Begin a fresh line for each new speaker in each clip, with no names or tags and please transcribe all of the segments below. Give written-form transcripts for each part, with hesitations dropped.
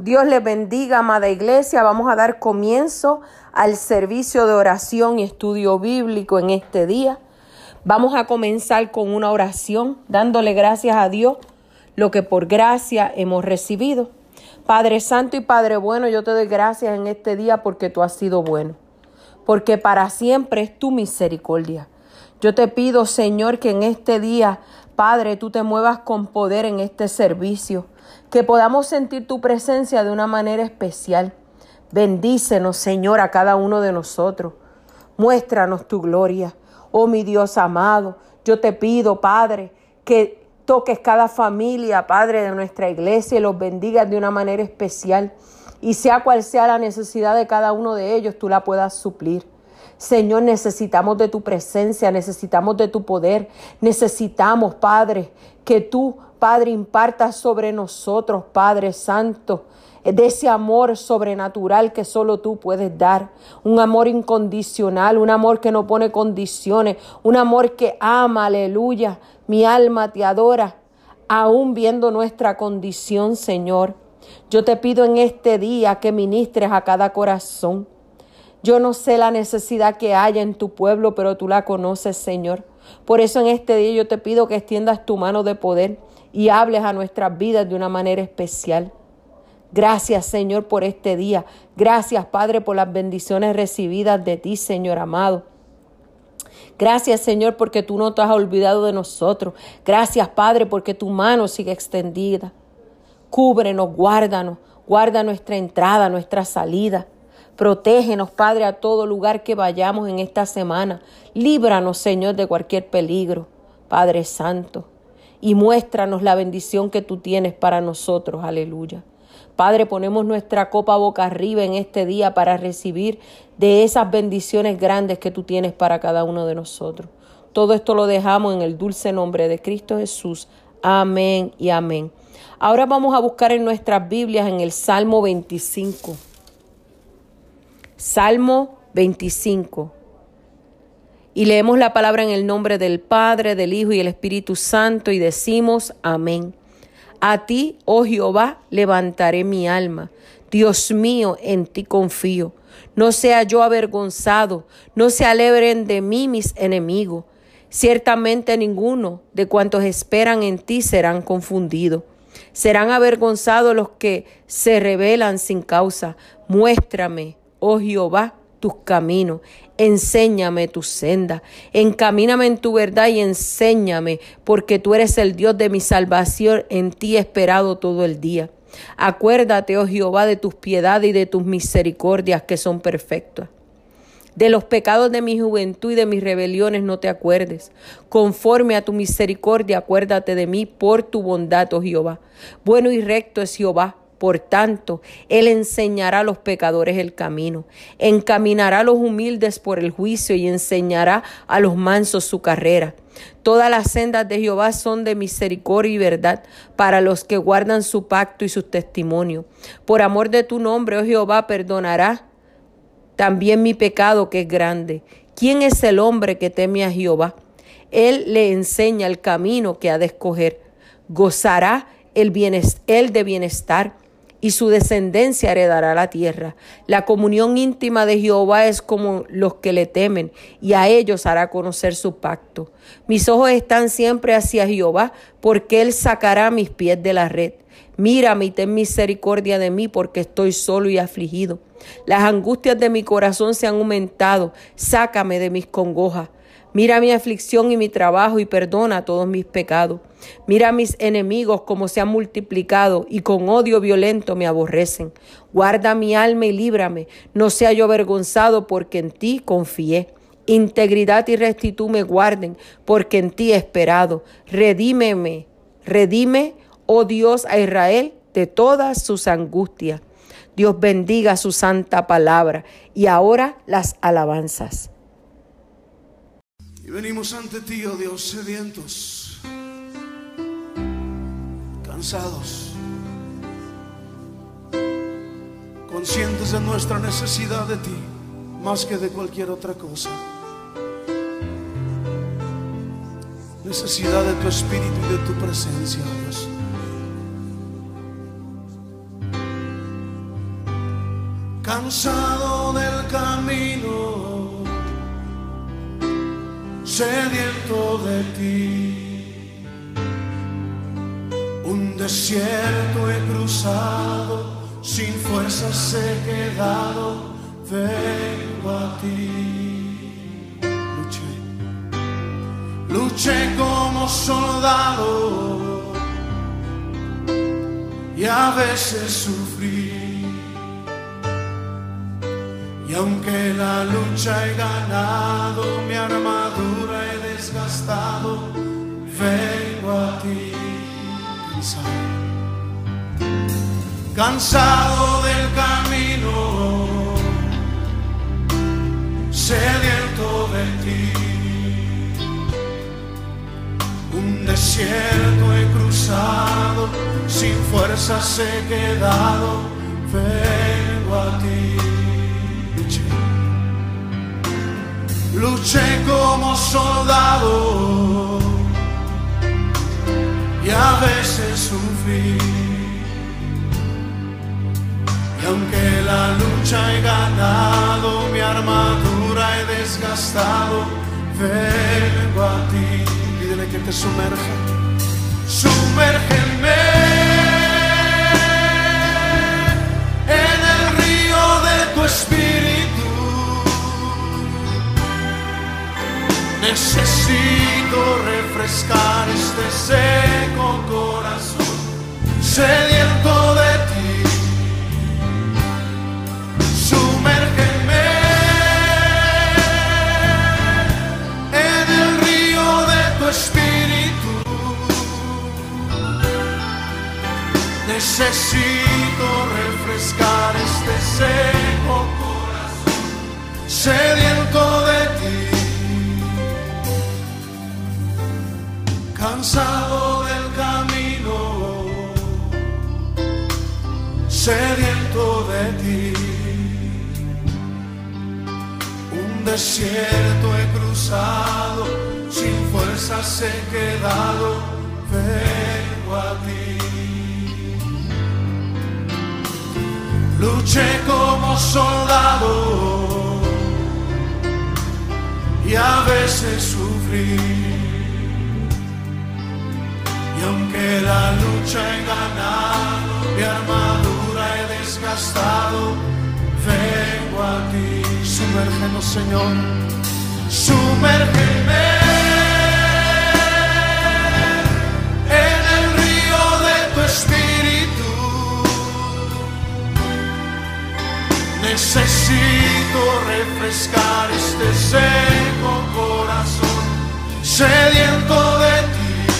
Dios les bendiga, amada iglesia. Vamos a dar comienzo al servicio de oración y estudio bíblico en este día. Vamos a comenzar con una oración, dándole gracias a Dios lo que por gracia hemos recibido. Padre Santo y Padre bueno, yo te doy gracias en este día porque tú has sido bueno, porque para siempre es tu misericordia. Yo te pido, Señor, que en este día, Padre, tú te muevas con poder en este servicio, que podamos sentir tu presencia de una manera especial. Bendícenos, Señor, a cada uno de nosotros. Muéstranos tu gloria. Oh, mi Dios amado, yo te pido, Padre, que toques cada familia, Padre, de nuestra iglesia y los bendigas de una manera especial. Y sea cual sea la necesidad de cada uno de ellos, tú la puedas suplir. Señor, necesitamos de tu presencia, necesitamos de tu poder, necesitamos, Padre, que tú, Padre, impartas sobre nosotros, Padre Santo, de ese amor sobrenatural que solo tú puedes dar, un amor incondicional, un amor que no pone condiciones, un amor que ama, aleluya, mi alma te adora, aún viendo nuestra condición, Señor. Yo te pido en este día que ministres a cada corazón. Yo no sé la necesidad que haya en tu pueblo, pero tú la conoces, Señor. Por eso en este día yo te pido que extiendas tu mano de poder y hables a nuestras vidas de una manera especial. Gracias, Señor, por este día. Gracias, Padre, por las bendiciones recibidas de ti, Señor amado. Gracias, Señor, porque tú no te has olvidado de nosotros. Gracias, Padre, porque tu mano sigue extendida. Cúbrenos, guárdanos, guarda nuestra entrada, nuestra salida. Protégenos, Padre, a todo lugar que vayamos en esta semana. Líbranos, Señor, de cualquier peligro, Padre Santo. Y muéstranos la bendición que tú tienes para nosotros. Aleluya. Padre, ponemos nuestra copa boca arriba en este día para recibir de esas bendiciones grandes que tú tienes para cada uno de nosotros. Todo esto lo dejamos en el dulce nombre de Cristo Jesús. Amén y amén. Ahora vamos a buscar en nuestras Biblias en el Salmo 25. Salmo 25. Y leemos la palabra en el nombre del Padre, del Hijo y el Espíritu Santo y decimos amén. A ti, oh Jehová, levantaré mi alma. Dios mío, en ti confío. No sea yo avergonzado, no se alegren de mí mis enemigos. Ciertamente ninguno de cuantos esperan en ti serán confundidos. Serán avergonzados los que se rebelan sin causa. Muéstrame, oh Jehová, tus caminos, enséñame tus sendas, encamíname en tu verdad y enséñame, porque tú eres el Dios de mi salvación, en ti he esperado todo el día. Acuérdate, oh Jehová, de tus piedades y de tus misericordias que son perfectas. De los pecados de mi juventud y de mis rebeliones no te acuerdes. Conforme a tu misericordia, acuérdate de mí por tu bondad, oh Jehová. Bueno y recto es Jehová. Por tanto, Él enseñará a los pecadores el camino, encaminará a los humildes por el juicio y enseñará a los mansos su carrera. Todas las sendas de Jehová son de misericordia y verdad para los que guardan su pacto y sus testimonios. Por amor de tu nombre, oh Jehová, perdonará también mi pecado que es grande. ¿Quién es el hombre que teme a Jehová? Él le enseña el camino que ha de escoger. Gozará él de bienestar y su descendencia heredará la tierra. La comunión íntima de Jehová es como los que le temen, y a ellos hará conocer su pacto. Mis ojos están siempre hacia Jehová, porque Él sacará mis pies de la red. Mírame y ten misericordia de mí, porque estoy solo y afligido. Las angustias de mi corazón se han aumentado. Sácame de mis congojas. Mira mi aflicción y mi trabajo y perdona todos mis pecados. Mira a mis enemigos como se han multiplicado y con odio violento me aborrecen. Guarda mi alma y líbrame, no sea yo avergonzado porque en ti confié. Integridad y rectitud me guarden porque en ti he esperado. Redime, oh Dios, a Israel de todas sus angustias. Dios bendiga su santa palabra. Y ahora las alabanzas.
Y venimos ante ti, oh Dios, sedientos, cansados, conscientes de nuestra necesidad de ti, más que de cualquier otra cosa. Necesidad de tu espíritu y de tu presencia, oh Dios. cansado del camino, sediento de ti. Un desierto he cruzado, sin fuerzas he quedado, vengo a ti. Luché como soldado y a veces sufrí. Y aunque la lucha he ganado, mi armadura he desgastado, vengo a ti. Cansado del camino, sediento de ti. Un desierto he cruzado, sin fuerzas he quedado, vengo a ti. Luché como soldado y a veces sufrí. Y aunque la lucha he ganado, mi armadura he desgastado, vengo a ti. Pídele que te sumerja. Sumérgeme en el río de tu espíritu. Necesito refrescar este seco corazón, sediento de ti. Sumérgeme en el río de tu espíritu. Necesito refrescar este seco corazón, sediento de ti. Cansado del camino, sediento de ti. Un desierto he cruzado, sin fuerzas he quedado, vengo a ti. Luché como soldado y a veces sufrí. Y aunque la lucha he ganado, mi armadura he desgastado, vengo a ti. Sumérgenos, Señor, sumérgeme en el río de tu espíritu. Necesito refrescar este seco corazón, sediento de ti.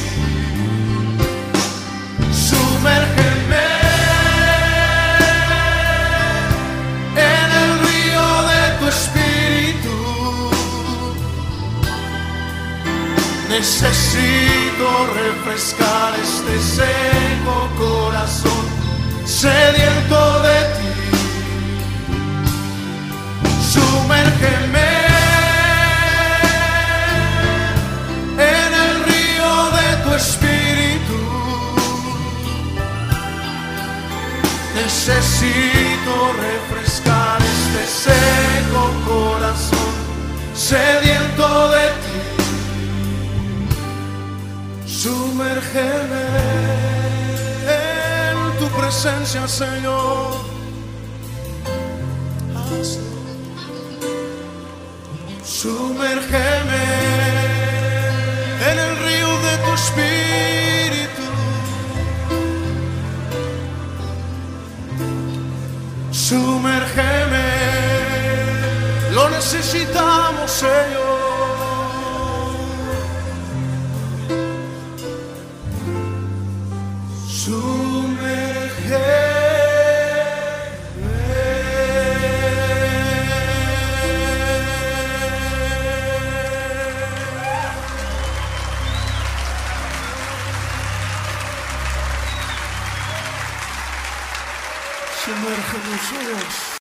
Sumérgeme en el río de tu espíritu. Necesito refrescar este seco corazón, sediento de ti. Sumérgeme en el río de tu espíritu. Necesito refrescar este seco corazón, sediento de ti. Sumérgeme en tu presencia, Señor. Sumérgeme en el río de tu espíritu. Sumérgeme, lo necesitamos, Señor. Sumérgenos, Dios.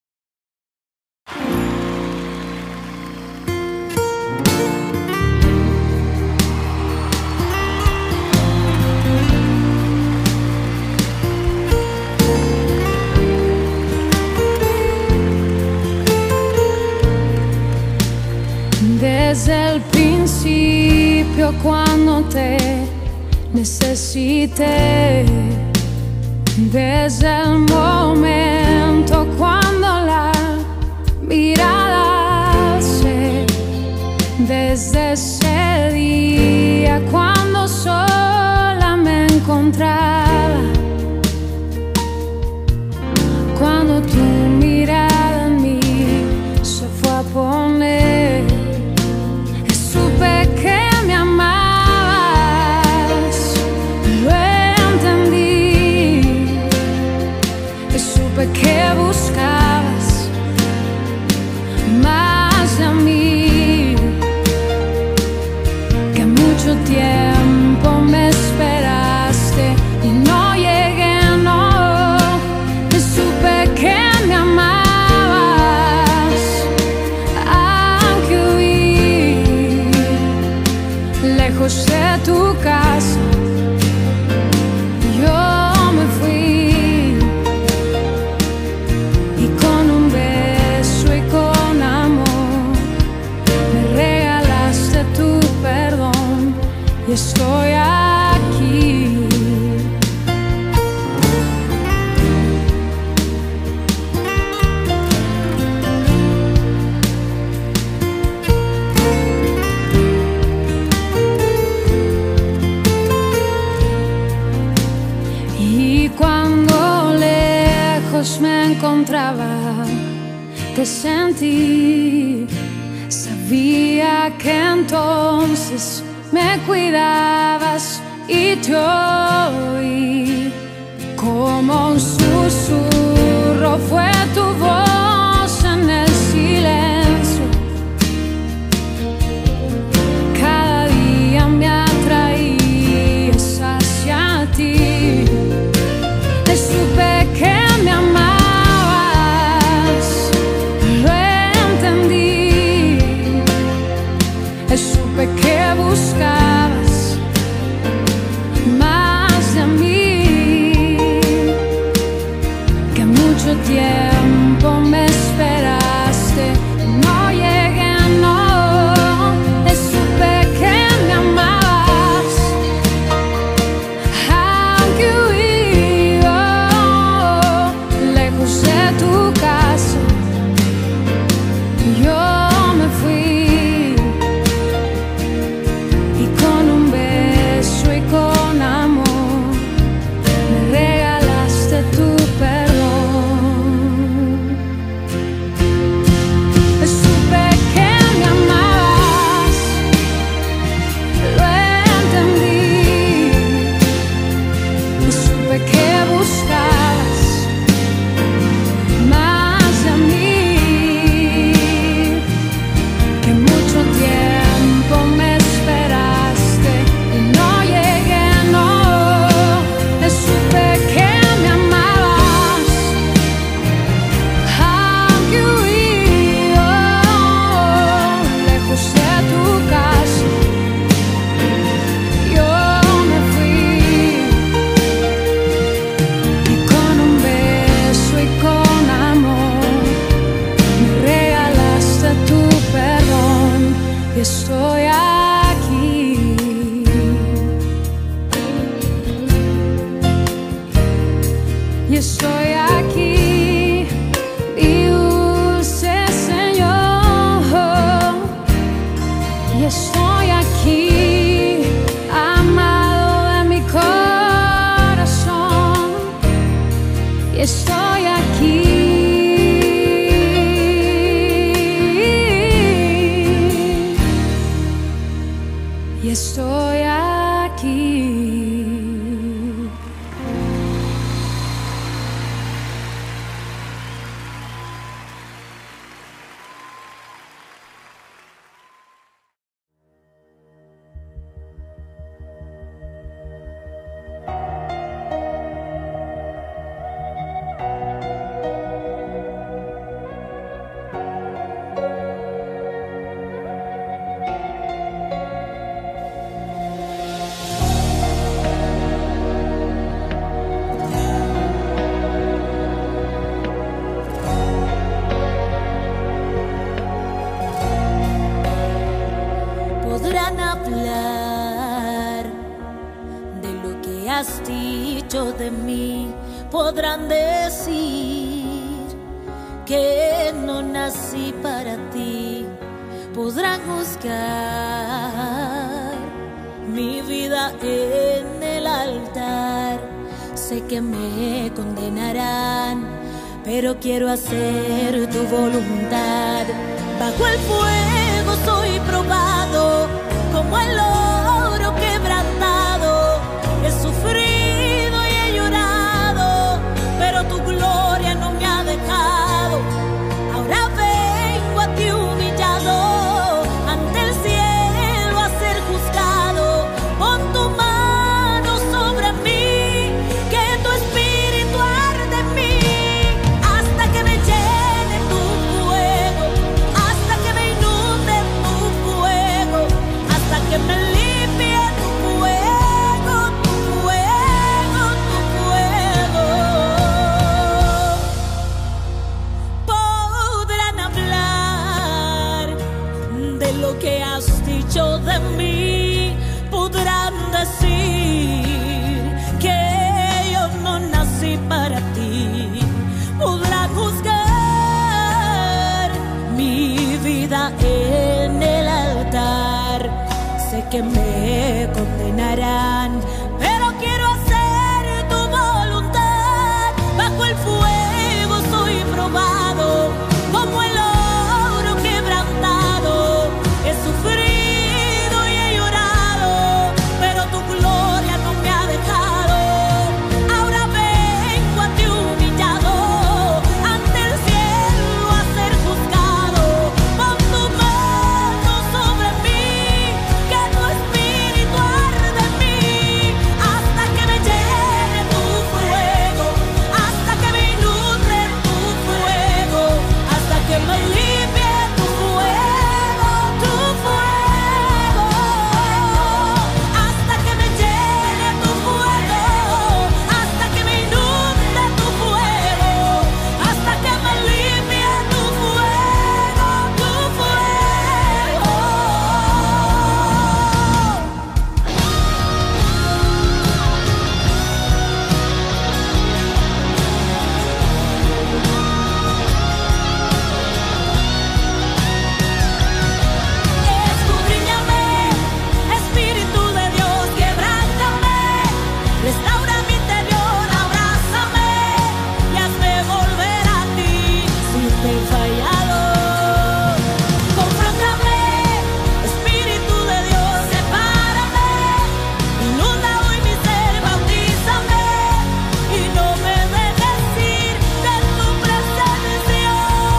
desde el principio cuando te necesité, desde el momento cuando la mirada alcé, desde ese día cuando sola me encontraba, cuando tu mirada en mí se fue a poner, supe que me amabas, lo entendí, supe que buscabas más de mí, que mucho tiempo me esperaste y no llegué, no, supe que me amabas, aunque huí lejos de tu casa, yo me fui, y con un beso y con amor me regalaste tu perdón, y estoy aquí. Y cuando lejos me encontraba, te sentí, sabía que entonces me cuidabas y te oí, como un susurro fue tu voz en el silencio, cada día me atraías hacia ti, supe que me amabas, lo entendí, supe que buscabas más de mí, que mucho tiempo me esperaste, no llegué, no, supe que me amabas, aunque huí lejos de tu casa, yo me fui, y con un beso y con amor me regalaste tu perdón. Supe que me amabas, lo entendí, supe que buscabas más de mí, que mucho tiempo me esperaste y no llegué, no, supe que me amabas, aunque huí lejos de tu casa, yo me fui, y con un beso y con amor me regalaste tu perdón, y estoy aquí. Y estoy aquí, mi dulce Señor, y estoy aquí, amado de mi corazón, y estoy aquí, y estoy aquí.
dicho de mí, podrán decir que no nací para ti, podrán juzgar mi vida en el altar. Sé que me condenarán, pero quiero hacer tu voluntad. Bajo el fuego soy probado, como el oro quebrantado. He sufrido y he llorado, pero tu gloria no me ha dejado. Ahora vengo a ti humillado, ante el cielo a ser juzgado. Pon tu mano sobre mí, que tu espíritu arde en mí, hasta que me llene tu fuego, hasta que me inunde tu fuego, hasta que me limpie tu fuego, tu fuego, tu fuego. Podrán hablar de lo que has dicho de mí, podrán decir que yo no nací para ti, podrán juzgar mi vida en el altar. Sé que me condenarán, pero quiero hacer tu voluntad. Bajo el fuego soy probado, como el oro quebrantado. He sufrido y he llorado, pero tu gloria no me ha dejado. Ahora vengo a ti humillado, ante el cielo a ser juzgado. Pon tu mano sobre mí, que tu espíritu arde en mí, hasta que me llene tu fuego, hasta que me inunde tu fuego, hasta que me limpie tu fuego, tu fuego, hasta que me llene tu fuego, hasta que me inunde tu fuego, hasta que me limpie tu fuego, tu fuego. Escudriñame, Espíritu de Dios, quebrántame, restaura mi interior, abrázame y hazme volver a ti si te he fallado. Confróntame, Espíritu de Dios, sepárame, inunda hoy mi ser, bautízame y no me dejes ir de tu presencia,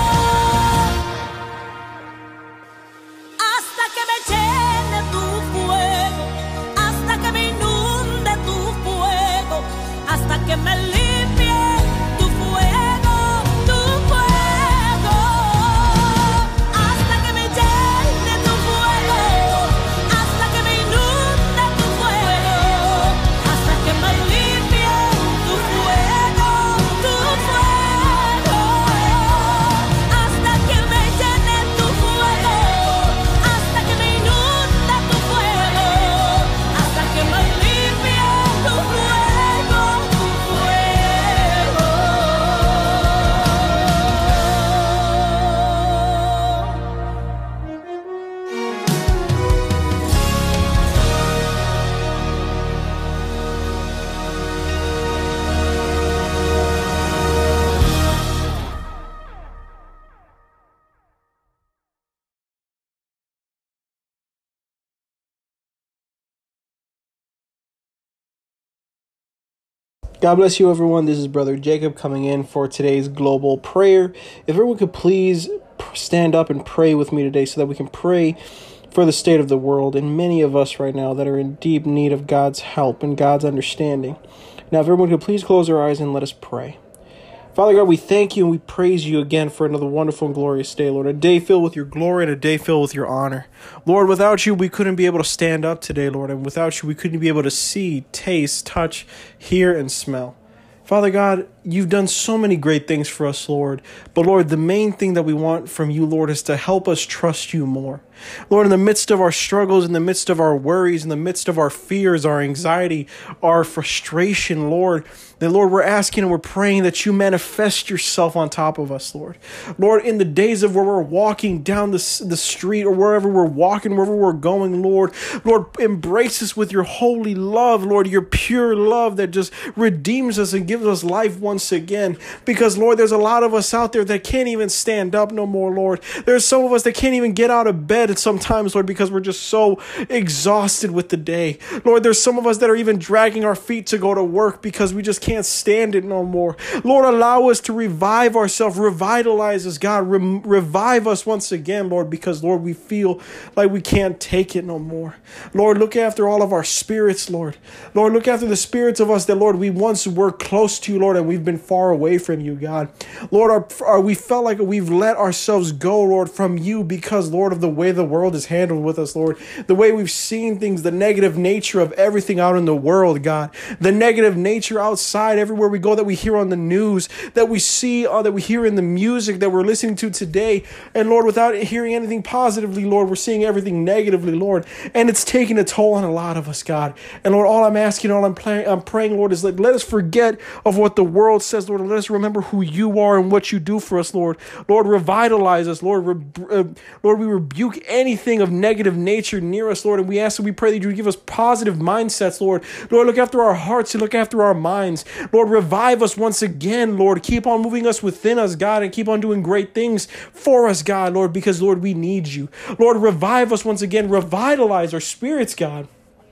hasta que me llene tu fuego, hasta que me inunde tu fuego, hasta que me limpie tu fuego, tu fuego, hasta que me llene tu fuego, hasta que me inunde tu fuego, hasta que me limpie tu fuego, tu fuego, hasta que me llene tu fuego, hasta que me inunde tu fuego, hasta que me limpie tu fuego, tu fuego.
God bless you, everyone. This is Brother Jacob coming in for today's global prayer. If everyone could please stand up and pray with me today so that we can pray for the state of the world and many of us right now that are in deep need of God's help and God's understanding. Now, if everyone could please close their eyes and let us pray. Father God, we thank you and we praise you again for another wonderful and glorious day, Lord. A day filled with your glory and a day filled with your honor. Lord, without you, we couldn't be able to stand up today, Lord. And without you, we couldn't be able to see, taste, touch, hear, and smell. Father God, you've done so many great things for us, Lord. But Lord, the main thing that we want from you, Lord, is to help us trust you more. Lord, in the midst of our struggles, in the midst of our worries, in the midst of our fears, our anxiety, our frustration, Lord, that, Lord, we're asking and we're praying that you manifest yourself on top of us, Lord. Lord, in the days of where we're walking down the street or wherever we're walking, wherever we're going, Lord, embrace us with your holy love, Lord, your pure love that just redeems us and gives us life once again. Because, Lord, there's a lot of us out there that can't even stand up no more, Lord. There's some of us that can't even get out of bed sometimes, Lord, because we're just so exhausted with the day. Lord, there's some of us that are even dragging our feet to go to work because we just can't stand it no more. Lord, allow us to revive ourselves, revitalize us, God, revive us once again, Lord, because, Lord, we feel like we can't take it no more. Lord, look after all of our spirits, Lord. Lord, look after the spirits of us that, Lord, we once were close to, Lord, and we've been far away from you, God. Lord, we felt like we've let ourselves go, Lord, from you because, Lord, of the way the world is handled with us, Lord. The way we've seen things, the negative nature of everything out in the world, God. The negative nature outside, everywhere we go, that we hear on the news, that we see, that we hear in the music that we're listening to today. And Lord, without hearing anything positively, Lord, we're seeing everything negatively, Lord. And it's taking a toll on a lot of us, God. And Lord, all I'm asking, all I'm praying, Lord, is let us forget of what the world says, Lord, and let us remember who you are and what you do for us, Lord. Lord, revitalize us, Lord. Lord, we rebuke anything of negative nature near us, Lord, and we ask and we pray that you give us positive mindsets, Lord. Lord, look after our hearts and look after our minds. Lord, revive us once again, Lord. Keep on moving us within us, God, and keep on doing great things for us, God, Lord, because, Lord, we need you. Lord, revive us once again. Revitalize our spirits, God.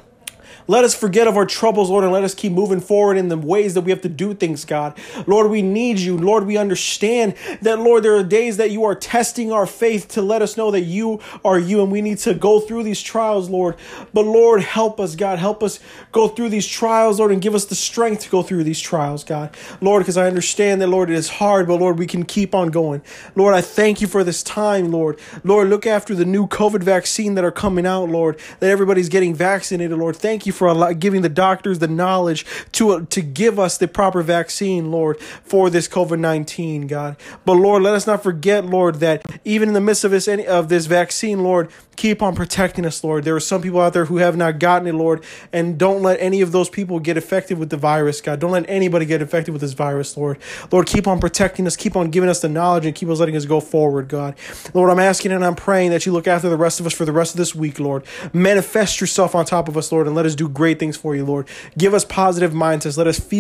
Let us forget of our troubles, Lord, and let us keep moving forward in the ways that we have to do things, God. Lord, we need you. Lord, we understand that, Lord, there are days that you are testing our faith to let us know that you are you, and we need to go through these trials, Lord. But, Lord, help us, God. Help us go through these trials, Lord, and give us the strength to go through these trials, God. Lord, because I understand that, Lord, it is hard, but, Lord, we can keep on going. Lord, I thank you for this time, Lord. Lord, look after the new COVID vaccine that are coming out, Lord, that everybody's getting vaccinated, Lord. Thank you for giving the doctors the knowledge to give us the proper vaccine, Lord, for this COVID-19, God. But, Lord, let us not forget, Lord, that even in the midst of this vaccine, Lord, keep on protecting us, Lord. There are some people out there who have not gotten it, Lord, and don't let any of those people get affected with the virus, God. Don't let anybody get affected with this virus, Lord. Lord, keep on protecting us, keep on giving us the knowledge, and keep us letting us go forward, God. Lord, I'm asking and I'm praying that you look after the rest of us for the rest of this week, Lord. Manifest yourself on top of us, Lord, and let us do great things for you, Lord. Give us positive mindsets. Let us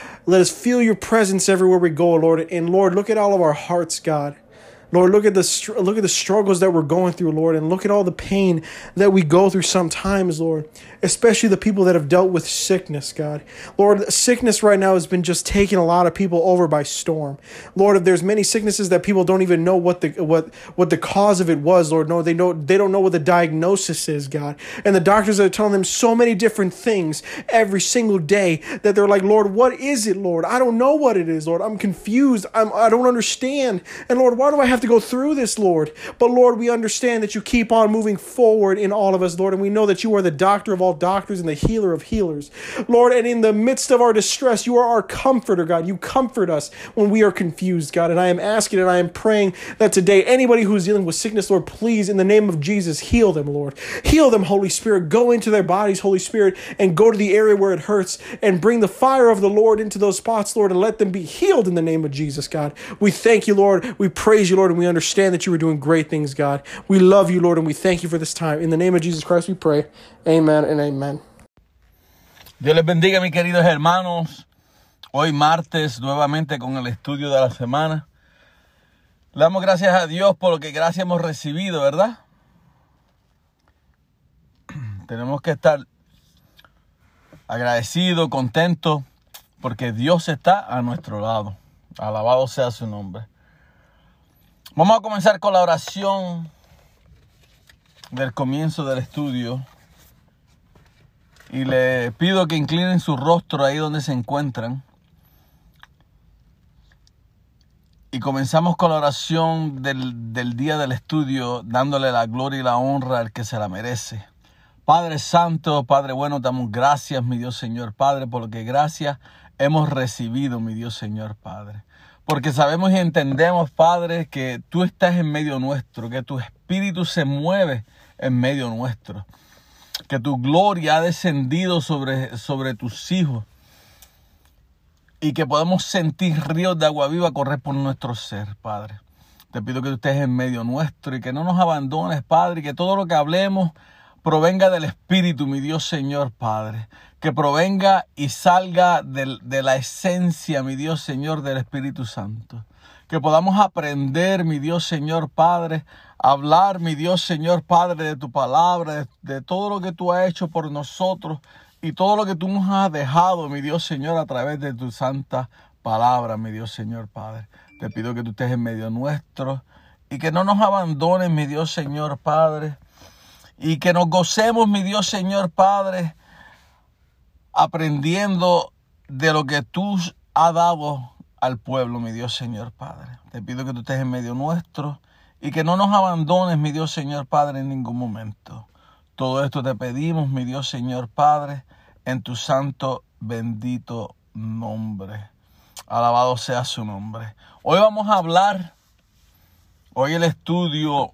feel your presence everywhere we go, Lord. And Lord, look at all of our hearts, God. Lord, look at the struggles that we're going through, Lord, and look at all the pain that we go through sometimes, Lord, especially the people that have dealt with sickness, God. Lord, sickness right now has been just taking a lot of people over by storm. Lord, if there's many sicknesses that people don't even know what the cause of it was, Lord, no, they don't know what the diagnosis is, God. And the doctors are telling them so many different things every single day that they're like, Lord, what is it, Lord? I don't know what it is, Lord. I'm confused. I don't understand. And Lord, why do I have to go through this, Lord? But Lord, we understand that you keep on moving forward in all of us, Lord, and we know that you are the doctor of all doctors and the healer of healers, Lord. And in the midst of our distress, you are our comforter, God. You comfort us when we are confused, God. And I am asking and I am praying that today, anybody who's dealing with sickness, Lord, please, in the name of Jesus, heal them, Lord. Heal them, Holy Spirit. Go into their bodies, Holy Spirit, and go to the area where it hurts and bring the fire of the Lord into those spots, Lord, and let them be healed in the name of Jesus, God. We thank you, Lord. We praise you, Lord, and we understand that you are doing great things, God. We love you, Lord, and we thank you for this time. In the name of Jesus Christ, we pray. Amen and amen.
Dios les bendiga, mis queridos hermanos. Hoy martes, nuevamente con el estudio de la semana. Le damos gracias a Dios por lo que gracias hemos recibido, ¿verdad? Tenemos que estar agradecidos, contentos, porque Dios está a nuestro lado. Alabado sea su nombre. Vamos a comenzar con la oración del comienzo del estudio. Y le pido que inclinen su rostro ahí donde se encuentran. Y comenzamos con la oración del día del estudio, dándole la gloria y la honra al que se la merece. Padre Santo, Padre bueno, damos gracias, mi Dios Señor, Padre, por lo que gracias hemos recibido, mi Dios Señor Padre. Porque sabemos y entendemos, Padre, que tú estás en medio nuestro, que tu Espíritu se mueve en medio nuestro, que tu gloria ha descendido sobre tus hijos y que podemos sentir ríos de agua viva correr por nuestro ser, Padre. Te pido que tú estés en medio nuestro y que no nos abandones, Padre, y que todo lo que hablemos provenga del Espíritu, mi Dios Señor Padre. Que provenga y salga de la esencia, mi Dios Señor, del Espíritu Santo. Que podamos aprender, mi Dios Señor Padre, hablar, mi Dios Señor Padre, de tu palabra, de todo lo que tú has hecho por nosotros y todo lo que tú nos has dejado, mi Dios Señor, a través de tu santa palabra, mi Dios Señor Padre. Te pido que tú estés en medio nuestro y que no nos abandones, mi Dios Señor Padre, y que nos gocemos, mi Dios Señor Padre, aprendiendo de lo que tú has dado al pueblo, mi Dios Señor Padre. Te pido que tú estés en medio nuestro y que no nos abandones, mi Dios Señor Padre, en ningún momento. Todo esto te pedimos, mi Dios Señor Padre, en tu santo bendito nombre. Alabado sea su nombre. Hoy vamos a hablar, hoy el estudio,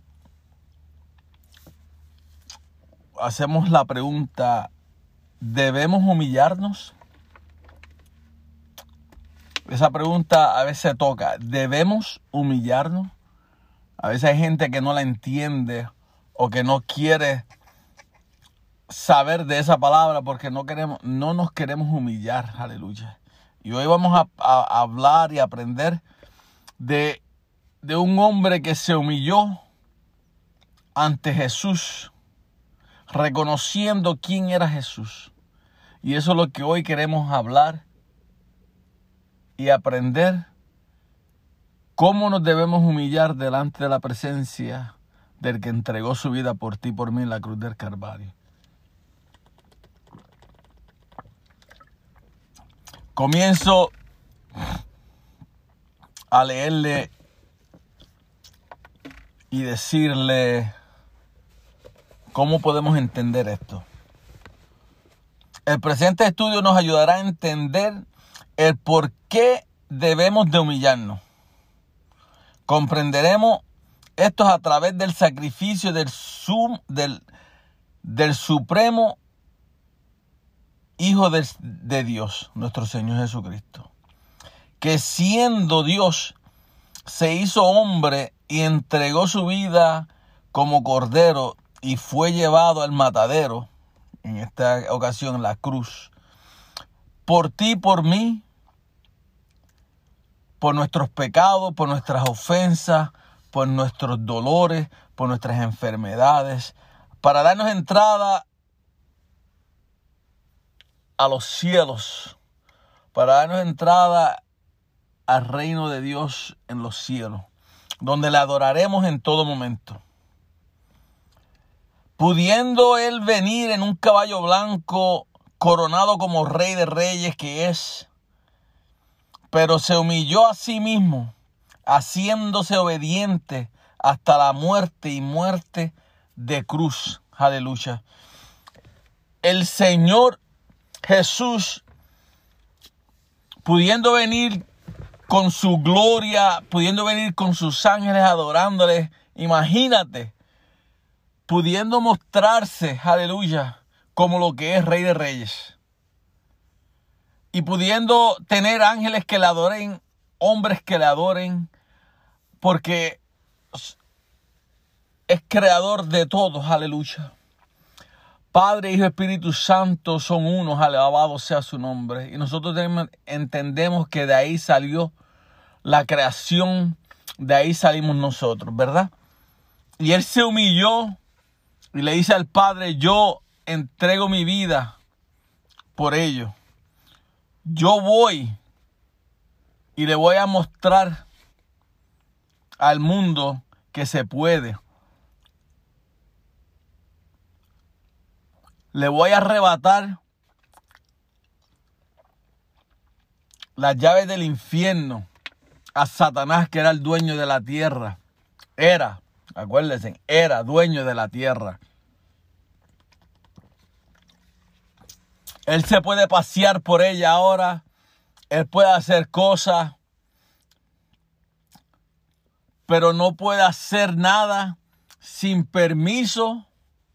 hacemos la pregunta, ¿debemos humillarnos? Esa pregunta a veces toca, ¿debemos humillarnos? A veces hay gente que no la entiende o que no quiere saber de esa palabra porque no nos queremos humillar, aleluya. Y hoy vamos a hablar y aprender de un hombre que se humilló ante Jesús, reconociendo quién era Jesús. Y eso es lo que hoy queremos hablar y aprender, cómo nos debemos humillar delante de la presencia del que entregó su vida por ti y por mí en la cruz del Calvario. Comienzo a leerle y decirle cómo podemos entender esto. El presente estudio nos ayudará a entender el por qué debemos de humillarnos. Comprenderemos esto a través del sacrificio del supremo Hijo de Dios, nuestro Señor Jesucristo, que siendo Dios se hizo hombre y entregó su vida como cordero y fue llevado al matadero, en esta ocasión la cruz, por ti y por mí, por nuestros pecados, por nuestras ofensas, por nuestros dolores, por nuestras enfermedades, para darnos entrada a los cielos, para darnos entrada al reino de Dios en los cielos, donde le adoraremos en todo momento. Pudiendo él venir en un caballo blanco, coronado como rey de reyes que es, pero se humilló a sí mismo, haciéndose obediente hasta la muerte y muerte de cruz. Aleluya. El Señor Jesús, pudiendo venir con su gloria, pudiendo venir con sus ángeles adorándole, imagínate, pudiendo mostrarse, aleluya, como lo que es Rey de Reyes. Y pudiendo tener ángeles que le adoren, hombres que le adoren, porque es creador de todos, aleluya. Padre, Hijo, Espíritu Santo son unos, alabado sea su nombre. Y nosotros entendemos que de ahí salió la creación, de ahí salimos nosotros, ¿verdad? Y Él se humilló y le dice al Padre, yo entrego mi vida por ellos. Yo voy y le voy a mostrar al mundo que se puede. Le voy a arrebatar las llaves del infierno a Satanás, que era el dueño de la tierra. Acuérdense, era dueño de la tierra. Él se puede pasear por ella ahora Él puede hacer cosas, pero no puede hacer nada sin permiso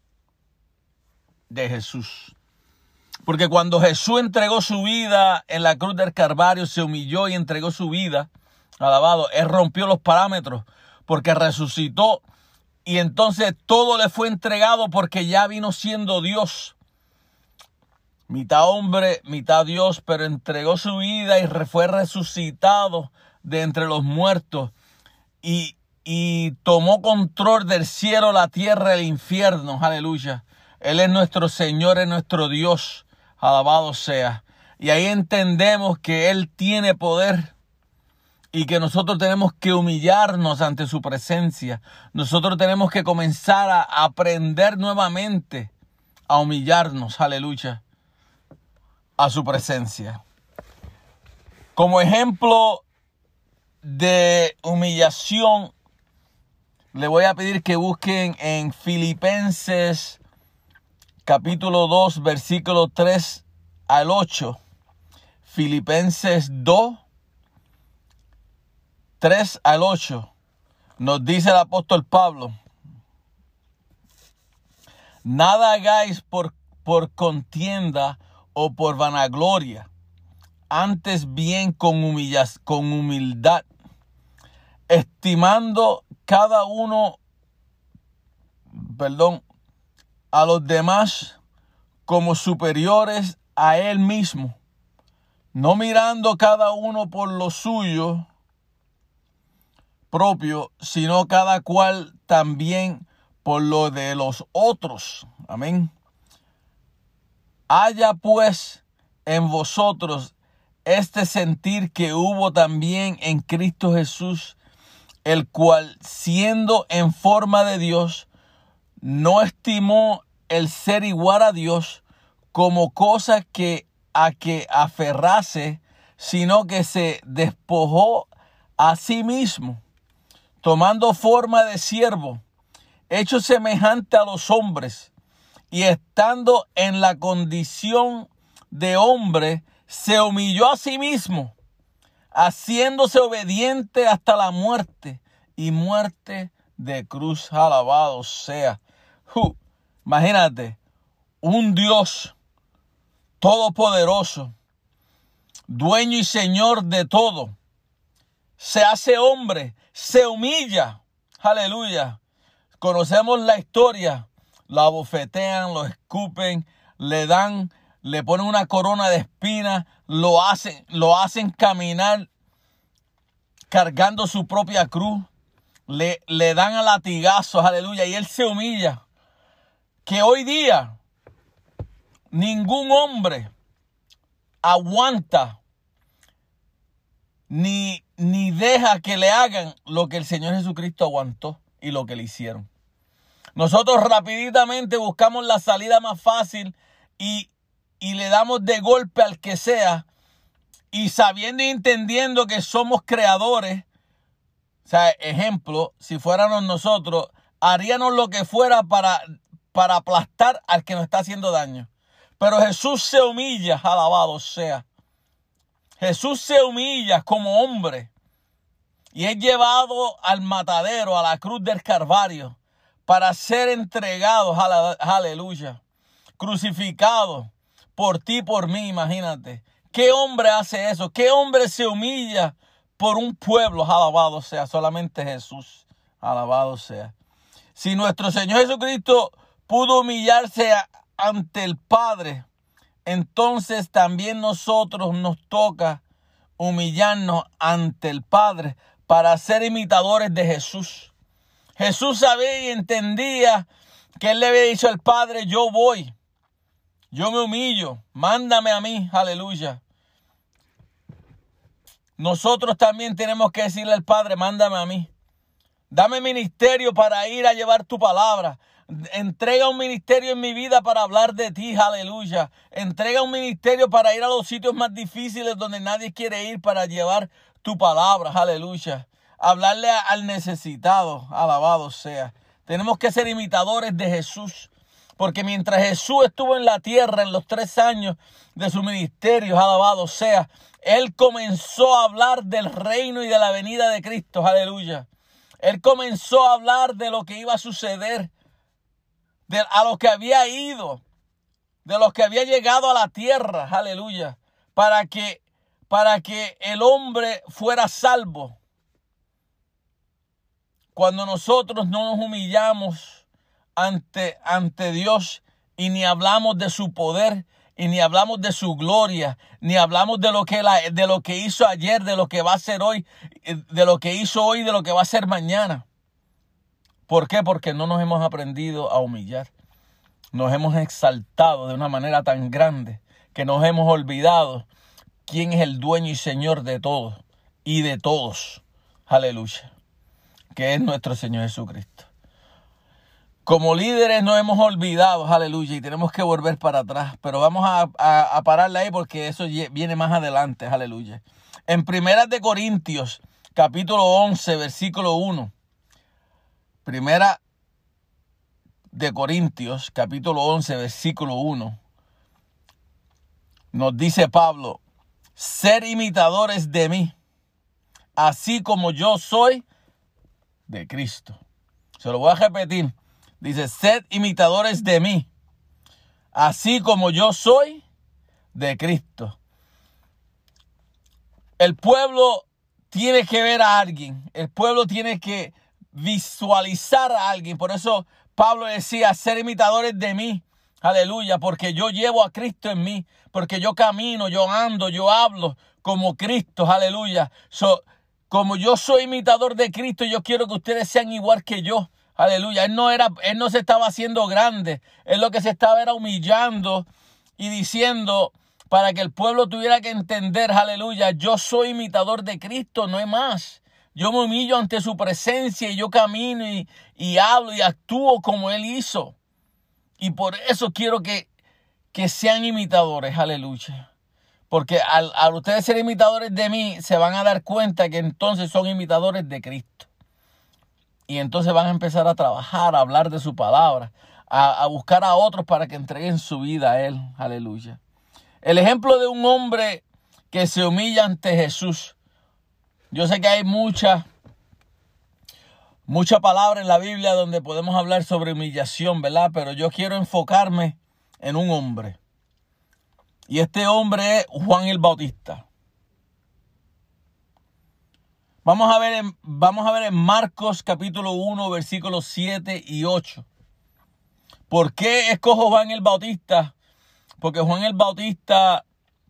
de Jesús. Porque cuando Jesús entregó su vida en la cruz del Calvario, se humilló y entregó su vida, alabado, Él rompió los parámetros porque resucitó y entonces todo le fue entregado porque ya vino siendo Dios. Mitad hombre, mitad Dios, pero entregó su vida y fue resucitado de entre los muertos y tomó control del cielo, la tierra, el infierno. Aleluya. Él es nuestro Señor, es nuestro Dios. Alabado sea. Y ahí entendemos que Él tiene poder y que nosotros tenemos que humillarnos ante su presencia. Nosotros tenemos que comenzar a aprender nuevamente a humillarnos. Aleluya. A su presencia. Como ejemplo de humillación, le voy a pedir que busquen en Filipenses capítulo 2, versículo 3 al 8. Filipenses 2, 3 al 8. Nos dice el apóstol Pablo: nada hagáis por contienda o por vanagloria, antes bien con humildad, estimando cada uno, a los demás como superiores a él mismo, no mirando cada uno por lo suyo propio, sino cada cual también por lo de los otros. Amén. Haya pues en vosotros este sentir que hubo también en Cristo Jesús, el cual, siendo en forma de Dios, no estimó el ser igual a Dios como cosa a que aferrase, sino que se despojó a sí mismo, tomando forma de siervo, hecho semejante a los hombres, y estando en la condición de hombre, se humilló a sí mismo, haciéndose obediente hasta la muerte, y muerte de cruz. Alabado sea. Imagínate, un Dios todopoderoso, dueño y señor de todo, se hace hombre, se humilla. Aleluya. Conocemos la historia. La abofetean, lo escupen, le ponen una corona de espinas, lo hacen caminar cargando su propia cruz, le dan a latigazos, aleluya, y él se humilla. Que hoy día ningún hombre aguanta ni deja que le hagan lo que el Señor Jesucristo aguantó y lo que le hicieron. Nosotros rapiditamente buscamos la salida más fácil y le damos de golpe al que sea, y sabiendo y entendiendo que somos creadores. O sea, ejemplo, si fuéramos nosotros, haríamos lo que fuera para aplastar al que nos está haciendo daño. Pero Jesús se humilla, alabado sea. Jesús se humilla como hombre y es llevado al matadero, a la cruz del Calvario, para ser entregado, aleluya, crucificado por ti y por mí. Imagínate, ¿qué hombre hace eso? ¿Qué hombre se humilla por un pueblo? Alabado sea, solamente Jesús, alabado sea. Si nuestro Señor Jesucristo pudo humillarse ante el Padre, entonces también nosotros nos toca humillarnos ante el Padre para ser imitadores de Jesús. Jesús sabía y entendía que Él le había dicho al Padre: yo voy, yo me humillo, mándame a mí, aleluya. Nosotros también tenemos que decirle al Padre: mándame a mí. Dame ministerio para ir a llevar tu palabra. Entrega un ministerio en mi vida para hablar de ti, aleluya. Entrega un ministerio para ir a los sitios más difíciles donde nadie quiere ir, para llevar tu palabra, aleluya. Hablarle al necesitado, alabado sea. Tenemos que ser imitadores de Jesús, Porque mientras Jesús estuvo en la tierra en los 3 años de su ministerio, alabado sea, Él comenzó a hablar del reino y de la venida de Cristo, aleluya. Él comenzó a hablar de lo que iba a suceder, a lo que había ido, de los que había llegado a la tierra, aleluya, para que el hombre fuera salvo. Cuando nosotros no nos humillamos ante Dios y ni hablamos de su poder y ni hablamos de su gloria, ni hablamos de lo que hizo ayer, de lo que va a hacer hoy, de lo que hizo hoy, de lo que va a hacer mañana. ¿Por qué? Porque no nos hemos aprendido a humillar. Nos hemos exaltado de una manera tan grande que nos hemos olvidado quién es el dueño y señor de todo y de todos. Aleluya. Que es nuestro Señor Jesucristo. Como líderes nos hemos olvidado, aleluya, y tenemos que volver para atrás. Pero vamos a pararle ahí porque eso viene más adelante, aleluya. En 1 de Corintios, capítulo 11, versículo 1. 1 de Corintios, capítulo 11, versículo 1. Nos dice Pablo, ser imitadores de mí, así como yo soy de Cristo. Se lo voy a repetir. Dice, sed imitadores de mí, así como yo soy de Cristo. El pueblo tiene que ver a alguien. El pueblo tiene que visualizar a alguien. Por eso Pablo decía, ser imitadores de mí. Aleluya, porque yo llevo a Cristo en mí. Porque yo camino, yo ando, yo hablo como Cristo. Aleluya. Como yo soy imitador de Cristo, yo quiero que ustedes sean igual que yo. Aleluya. Él no se estaba haciendo grande. Él lo que se estaba era humillando y diciendo para que el pueblo tuviera que entender, aleluya, yo soy imitador de Cristo, no hay más. Yo me humillo ante su presencia y yo camino y hablo y actúo como Él hizo. Y por eso quiero que sean imitadores, aleluya. Porque al ustedes ser imitadores de mí, se van a dar cuenta que entonces son imitadores de Cristo. Y entonces van a empezar a trabajar, a hablar de su palabra, a buscar a otros para que entreguen su vida a Él. Aleluya. El ejemplo de un hombre que se humilla ante Jesús. Yo sé que hay mucha palabra en la Biblia donde podemos hablar sobre humillación, ¿verdad? Pero yo quiero enfocarme en un hombre. Y este hombre es Juan el Bautista. Vamos a ver en Marcos capítulo 1, versículos 7 y 8. ¿Por qué escojo Juan el Bautista? Porque Juan el Bautista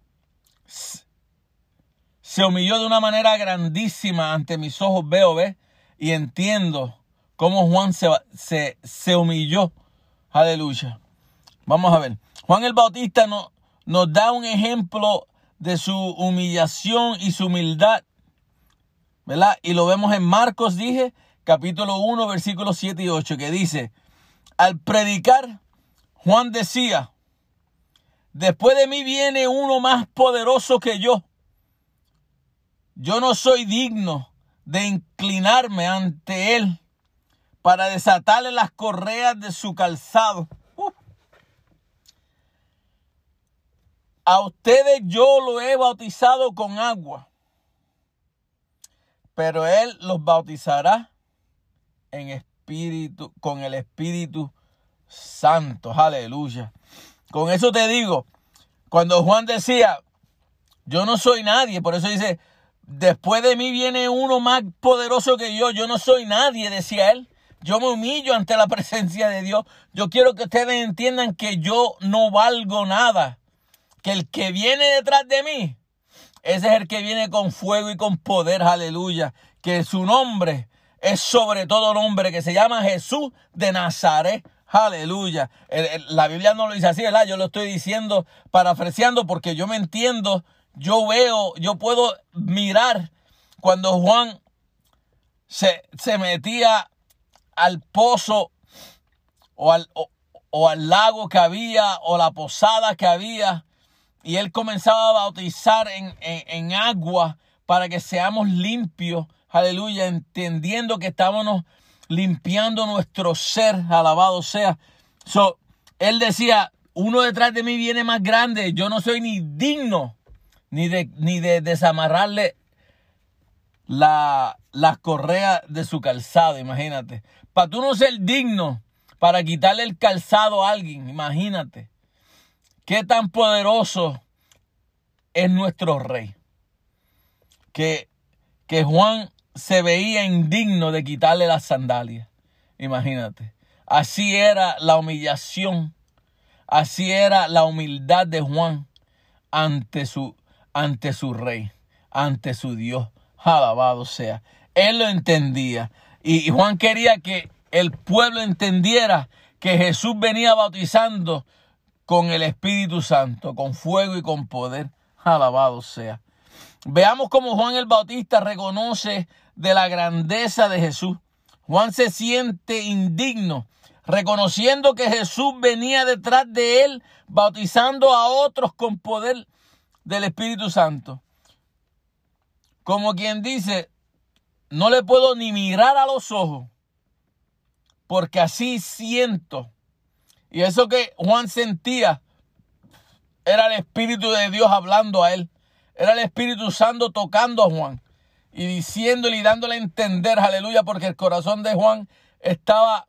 se humilló de una manera grandísima ante mis ojos, ¿ves? Y entiendo cómo Juan se humilló. Aleluya. Vamos a ver. Juan el Bautista nos da un ejemplo de su humillación y su humildad, ¿verdad? Y lo vemos en Marcos, capítulo 1, versículos 7 y 8, que dice, al predicar, Juan decía, después de mí viene uno más poderoso que yo. Yo no soy digno de inclinarme ante él para desatarle las correas de su calzado. A ustedes yo lo he bautizado con agua, pero Él los bautizará con el Espíritu Santo. Aleluya. Con eso te digo, cuando Juan decía, yo no soy nadie, por eso dice, después de mí viene uno más poderoso que yo no soy nadie, decía él. Yo me humillo ante la presencia de Dios. Yo quiero que ustedes entiendan que yo no valgo nada. Que el que viene detrás de mí, ese es el que viene con fuego y con poder, aleluya. Que su nombre es sobre todo nombre, que se llama Jesús de Nazaret, aleluya. La Biblia no lo dice así, ¿verdad? Yo lo estoy diciendo, parafraseando, porque yo me entiendo, yo veo, yo puedo mirar cuando Juan se metía al pozo o al lago que había o la posada que había. Y él comenzaba a bautizar en agua para que seamos limpios. Aleluya. Entendiendo que estábamos limpiando nuestro ser. Alabado sea. él decía, uno detrás de mí viene más grande, yo no soy ni digno ni de desamarrarle las correas de su calzado, imagínate. Para tú no ser digno, para quitarle el calzado a alguien, imagínate. Qué tan poderoso es nuestro rey. Que Juan se veía indigno de quitarle las sandalias. Imagínate. Así era la humillación. Así era la humildad de Juan ante su rey, ante su Dios. Alabado sea. Él lo entendía. Y Juan quería que el pueblo entendiera que Jesús venía bautizando con el Espíritu Santo, con fuego y con poder. Alabado sea. Veamos cómo Juan el Bautista reconoce de la grandeza de Jesús. Juan se siente indigno, reconociendo que Jesús venía detrás de él, bautizando a otros con poder del Espíritu Santo. Como quien dice, no le puedo ni mirar a los ojos, porque así siento. Y eso que Juan sentía era el Espíritu de Dios hablando a él. Era el Espíritu Santo tocando a Juan y diciéndole y dándole a entender, aleluya, porque el corazón de Juan estaba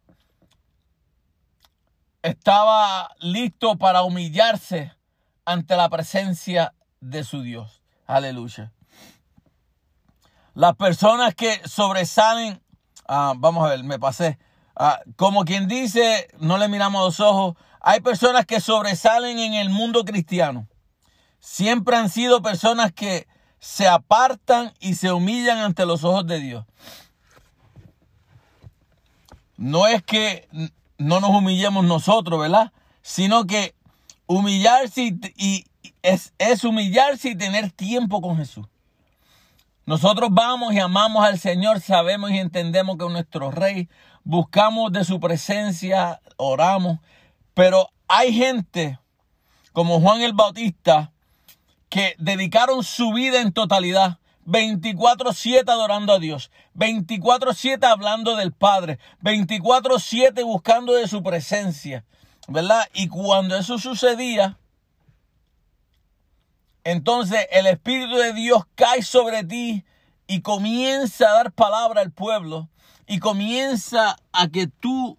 listo para humillarse ante la presencia de su Dios. Aleluya. Las personas que sobresalen, vamos a ver, me pasé. Como quien dice, no le miramos a los ojos. Hay personas que sobresalen en el mundo cristiano. Siempre han sido personas que se apartan y se humillan ante los ojos de Dios. No es que no nos humillemos nosotros, ¿verdad? Sino que humillarse es humillarse y tener tiempo con Jesús. Nosotros vamos y amamos al Señor, sabemos y entendemos que es nuestro Rey. Buscamos de su presencia, oramos. Pero hay gente como Juan el Bautista que dedicaron su vida en totalidad, 24/7 adorando a Dios, 24/7 hablando del Padre, 24/7 buscando de su presencia, ¿verdad? Y cuando eso sucedía, entonces el Espíritu de Dios cae sobre ti y comienza a dar palabra al pueblo y comienza a que tú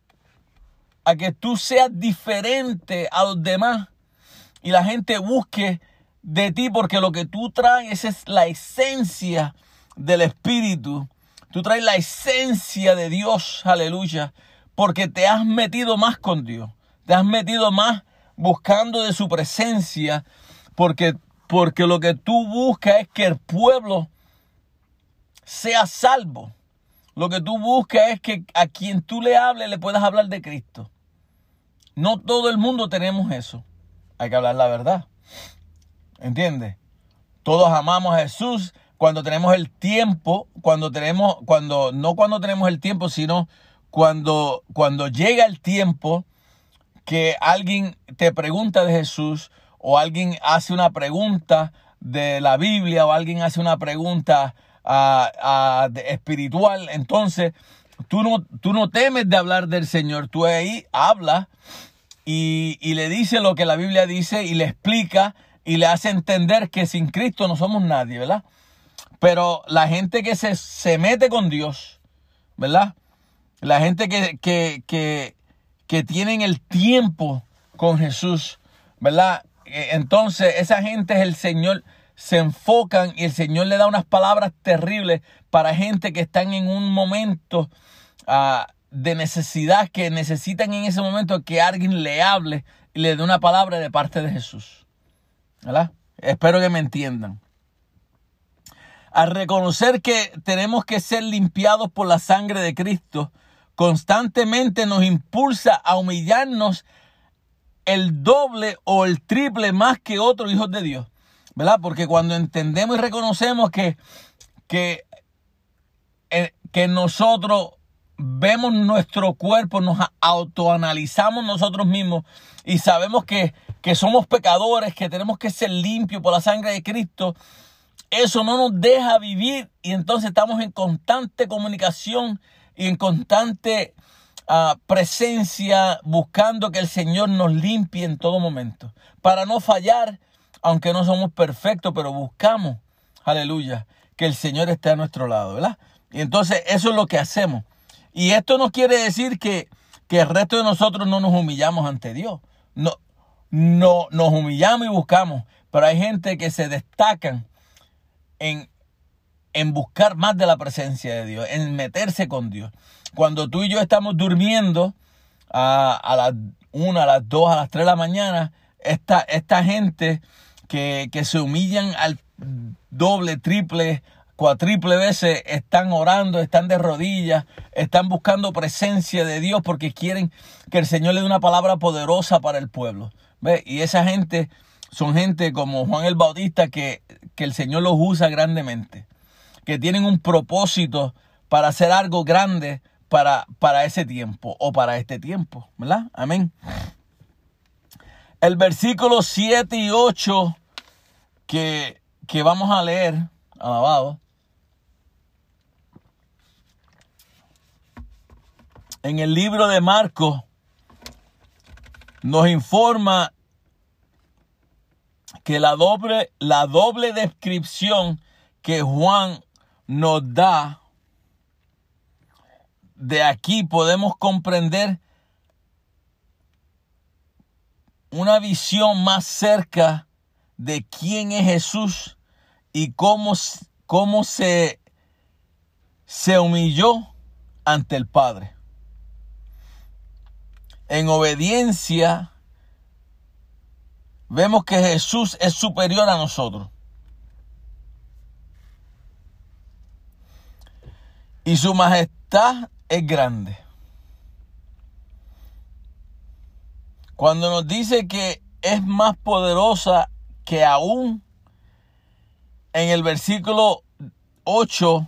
seas diferente a los demás y la gente busque de ti, porque lo que tú traes es la esencia del Espíritu. Tú traes la esencia de Dios, aleluya, porque te has metido más con Dios. Te has metido más buscando de su presencia, porque lo que tú buscas es que el pueblo sea salvo. Lo que tú buscas es que a quien tú le hables le puedas hablar de Cristo. No todo el mundo tenemos eso. Hay que hablar la verdad. ¿Entiendes? Todos amamos a Jesús cuando tenemos el tiempo, cuando tenemos el tiempo, sino cuando llega el tiempo que alguien te pregunta de Jesús, o alguien hace una pregunta de la Biblia, o alguien hace una pregunta espiritual. Entonces, tú no temes de hablar del Señor. Tú ahí hablas y le dices lo que la Biblia dice y le explica y le hace entender que sin Cristo no somos nadie, ¿verdad? Pero la gente que se mete con Dios, ¿verdad? La gente que tienen el tiempo con Jesús, ¿verdad? Entonces esa gente es el Señor, se enfocan y el Señor le da unas palabras terribles para gente que están en un momento de necesidad, que necesitan en ese momento que alguien le hable y le dé una palabra de parte de Jesús, ¿verdad? Espero que me entiendan. Al reconocer que tenemos que ser limpiados por la sangre de Cristo, constantemente nos impulsa a humillarnos el doble o el triple más que otros hijos de Dios, ¿verdad? Porque cuando entendemos y reconocemos que nosotros vemos nuestro cuerpo, nos autoanalizamos nosotros mismos y sabemos que somos pecadores, que tenemos que ser limpios por la sangre de Cristo, eso no nos deja vivir y entonces estamos en constante comunicación y en constante presencia, buscando que el Señor nos limpie en todo momento, para no fallar, aunque no somos perfectos, pero buscamos, aleluya, que el Señor esté a nuestro lado, ¿verdad? Y entonces eso es lo que hacemos. Y esto no quiere decir que el resto de nosotros no nos humillamos ante Dios. No nos humillamos y buscamos, pero hay gente que se destacan en buscar más de la presencia de Dios, en meterse con Dios. Cuando tú y yo estamos durmiendo a las 1, a las 2, a las 3 de la mañana, esta gente que se humillan al doble, triple, cuatriple veces, están orando, están de rodillas, están buscando presencia de Dios porque quieren que el Señor le dé una palabra poderosa para el pueblo. ¿Ve? Y esa gente son gente como Juan el Bautista que el Señor los usa grandemente, que tienen un propósito para hacer algo grande para ese tiempo o para este tiempo, ¿verdad? Amén. El versículo 7 y 8 que vamos a leer, alabado, en el libro de Marcos nos informa que la doble descripción que Juan nos da, de aquí podemos comprender una visión más cerca de quién es Jesús y cómo se humilló ante el Padre. En obediencia, vemos que Jesús es superior a nosotros. Y su majestad es grande. Cuando nos dice que es más poderosa que aún, en el versículo 8,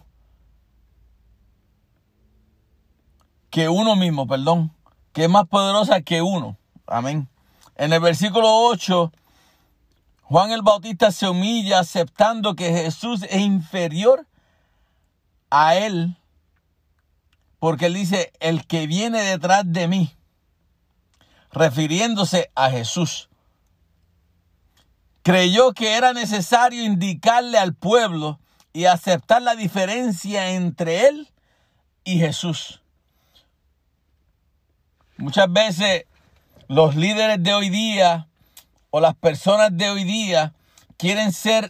que uno mismo, que es más poderosa que uno. Amén. En el versículo 8, Juan el Bautista se humilla aceptando que Jesús es inferior a él, porque él dice, el que viene detrás de mí, refiriéndose a Jesús. Creyó que era necesario indicarle al pueblo y aceptar la diferencia entre él y Jesús. Muchas veces los líderes de hoy día o las personas de hoy día quieren ser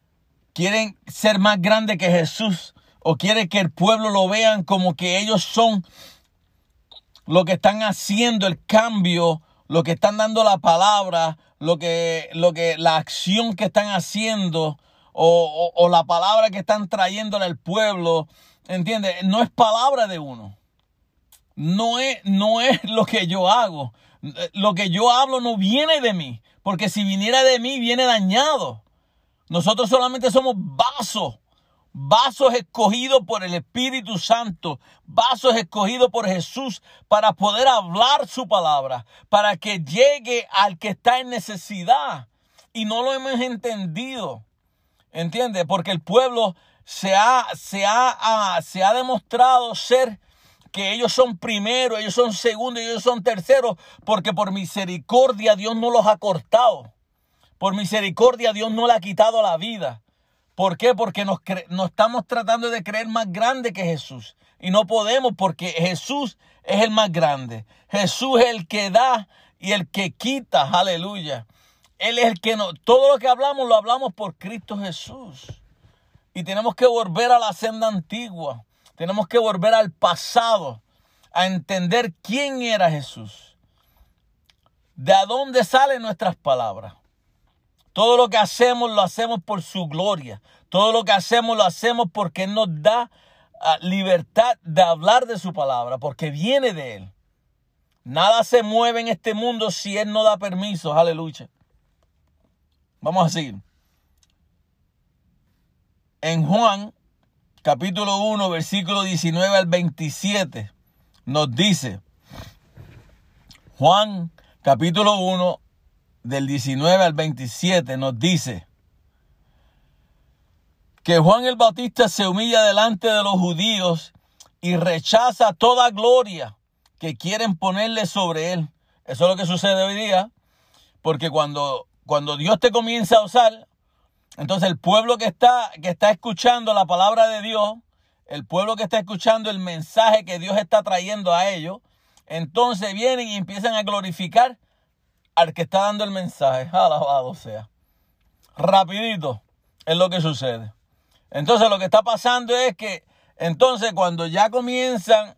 más grandes que Jesús, o quieren que el pueblo lo vean como que ellos son lo que están haciendo el cambio, lo que están dando la palabra, la acción que están haciendo, o la palabra que están trayéndole al pueblo. ¿Entiendes? No es palabra de uno. No es lo que yo hago. Lo que yo hablo no viene de mí, porque si viniera de mí, viene dañado. Nosotros solamente somos vasos escogidos por el Espíritu Santo, vasos escogidos por Jesús para poder hablar su palabra, para que llegue al que está en necesidad. Y no lo hemos entendido, ¿entiendes? Porque el pueblo se ha demostrado ser que ellos son primeros, ellos son segundos, ellos son terceros, porque por misericordia Dios no los ha cortado. Por misericordia Dios no le ha quitado la vida. ¿Por qué? Porque nos estamos tratando de creer más grande que Jesús. Y no podemos, porque Jesús es el más grande. Jesús es el que da y el que quita. Aleluya. Él es el que todo lo que hablamos, lo hablamos por Cristo Jesús. Y tenemos que volver a la senda antigua. Tenemos que volver al pasado, a entender quién era Jesús. De dónde salen nuestras palabras. Todo lo que hacemos, lo hacemos por su gloria. Todo lo que hacemos, lo hacemos porque Él nos da libertad de hablar de su palabra, porque viene de Él. Nada se mueve en este mundo si Él no da permiso. Aleluya. Vamos a seguir. En Juan, capítulo 1, versículo 19 al 27, nos dice, Juan, capítulo 1, del 19 al 27, nos dice que Juan el Bautista se humilla delante de los judíos y rechaza toda gloria, que quieren ponerle sobre él. Eso es lo que sucede hoy día, porque cuando Dios te comienza a usar, entonces el pueblo que está escuchando la palabra de Dios, el pueblo que está escuchando el mensaje que Dios está trayendo a ellos, entonces vienen y empiezan a glorificar al que está dando el mensaje. Alabado sea. Rapidito es lo que sucede. Entonces lo que está pasando es que entonces cuando ya comienzan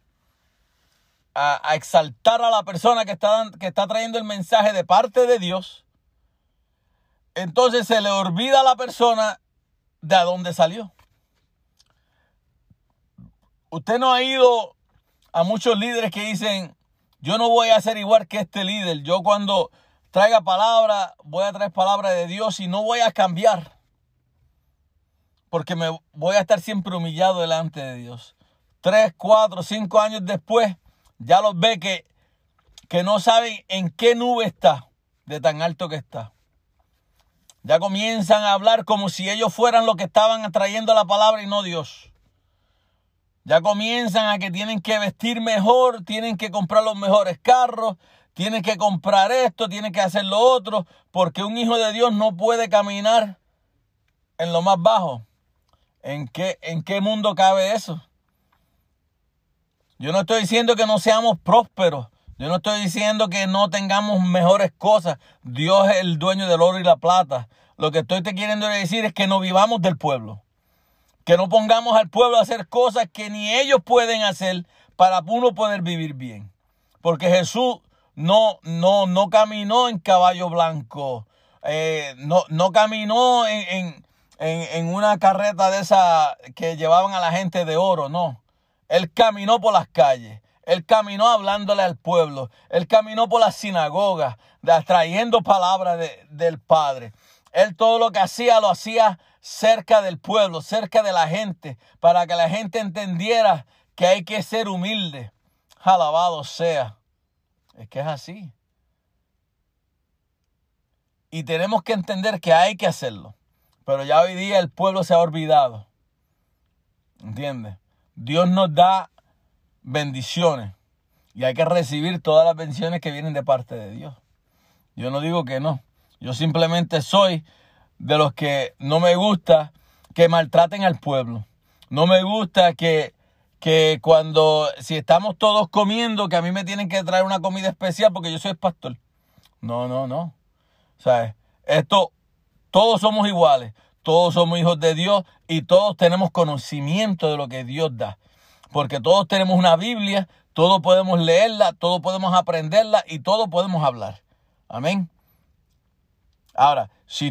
a exaltar a la persona que está trayendo el mensaje de parte de Dios, entonces se le olvida a la persona de a dónde salió. Usted no ha ido a muchos líderes que dicen, yo no voy a ser igual que este líder. Yo cuando traiga palabra, voy a traer palabra de Dios y no voy a cambiar. Porque me voy a estar siempre humillado delante de Dios. 3, 4, 5 años después, ya los ve que no saben en qué nube está, de tan alto que está. Ya comienzan a hablar como si ellos fueran los que estaban trayendo la palabra y no Dios. Ya comienzan a que tienen que vestir mejor, tienen que comprar los mejores carros, tienen que comprar esto, tienen que hacer lo otro, porque un hijo de Dios no puede caminar en lo más bajo. ¿En qué mundo cabe eso? Yo no estoy diciendo que no seamos prósperos. Yo no estoy diciendo que no tengamos mejores cosas. Dios es el dueño del oro y la plata. Lo que estoy te queriendo decir es que no vivamos del pueblo. Que no pongamos al pueblo a hacer cosas que ni ellos pueden hacer para uno poder vivir bien. Porque Jesús no caminó en caballo blanco. No caminó en una carreta de esa que llevaban a la gente de oro, no. Él caminó por las calles. Él caminó hablándole al pueblo. Él caminó por las sinagogas, trayendo palabras del Padre. Él todo lo que hacía, lo hacía cerca del pueblo, cerca de la gente, para que la gente entendiera que hay que ser humilde. Alabado sea. Es que es así. Y tenemos que entender que hay que hacerlo. Pero ya hoy día el pueblo se ha olvidado. ¿Entiendes? Dios nos da bendiciones. Y hay que recibir todas las bendiciones que vienen de parte de Dios. Yo no digo que no. Yo simplemente soy de los que no me gusta que maltraten al pueblo. No me gusta que si estamos todos comiendo, que a mí me tienen que traer una comida especial porque yo soy el pastor. No. ¿Sabes? Todos somos iguales. Todos somos hijos de Dios y todos tenemos conocimiento de lo que Dios da. Porque todos tenemos una Biblia, todos podemos leerla, todos podemos aprenderla y todos podemos hablar. Amén. Ahora, si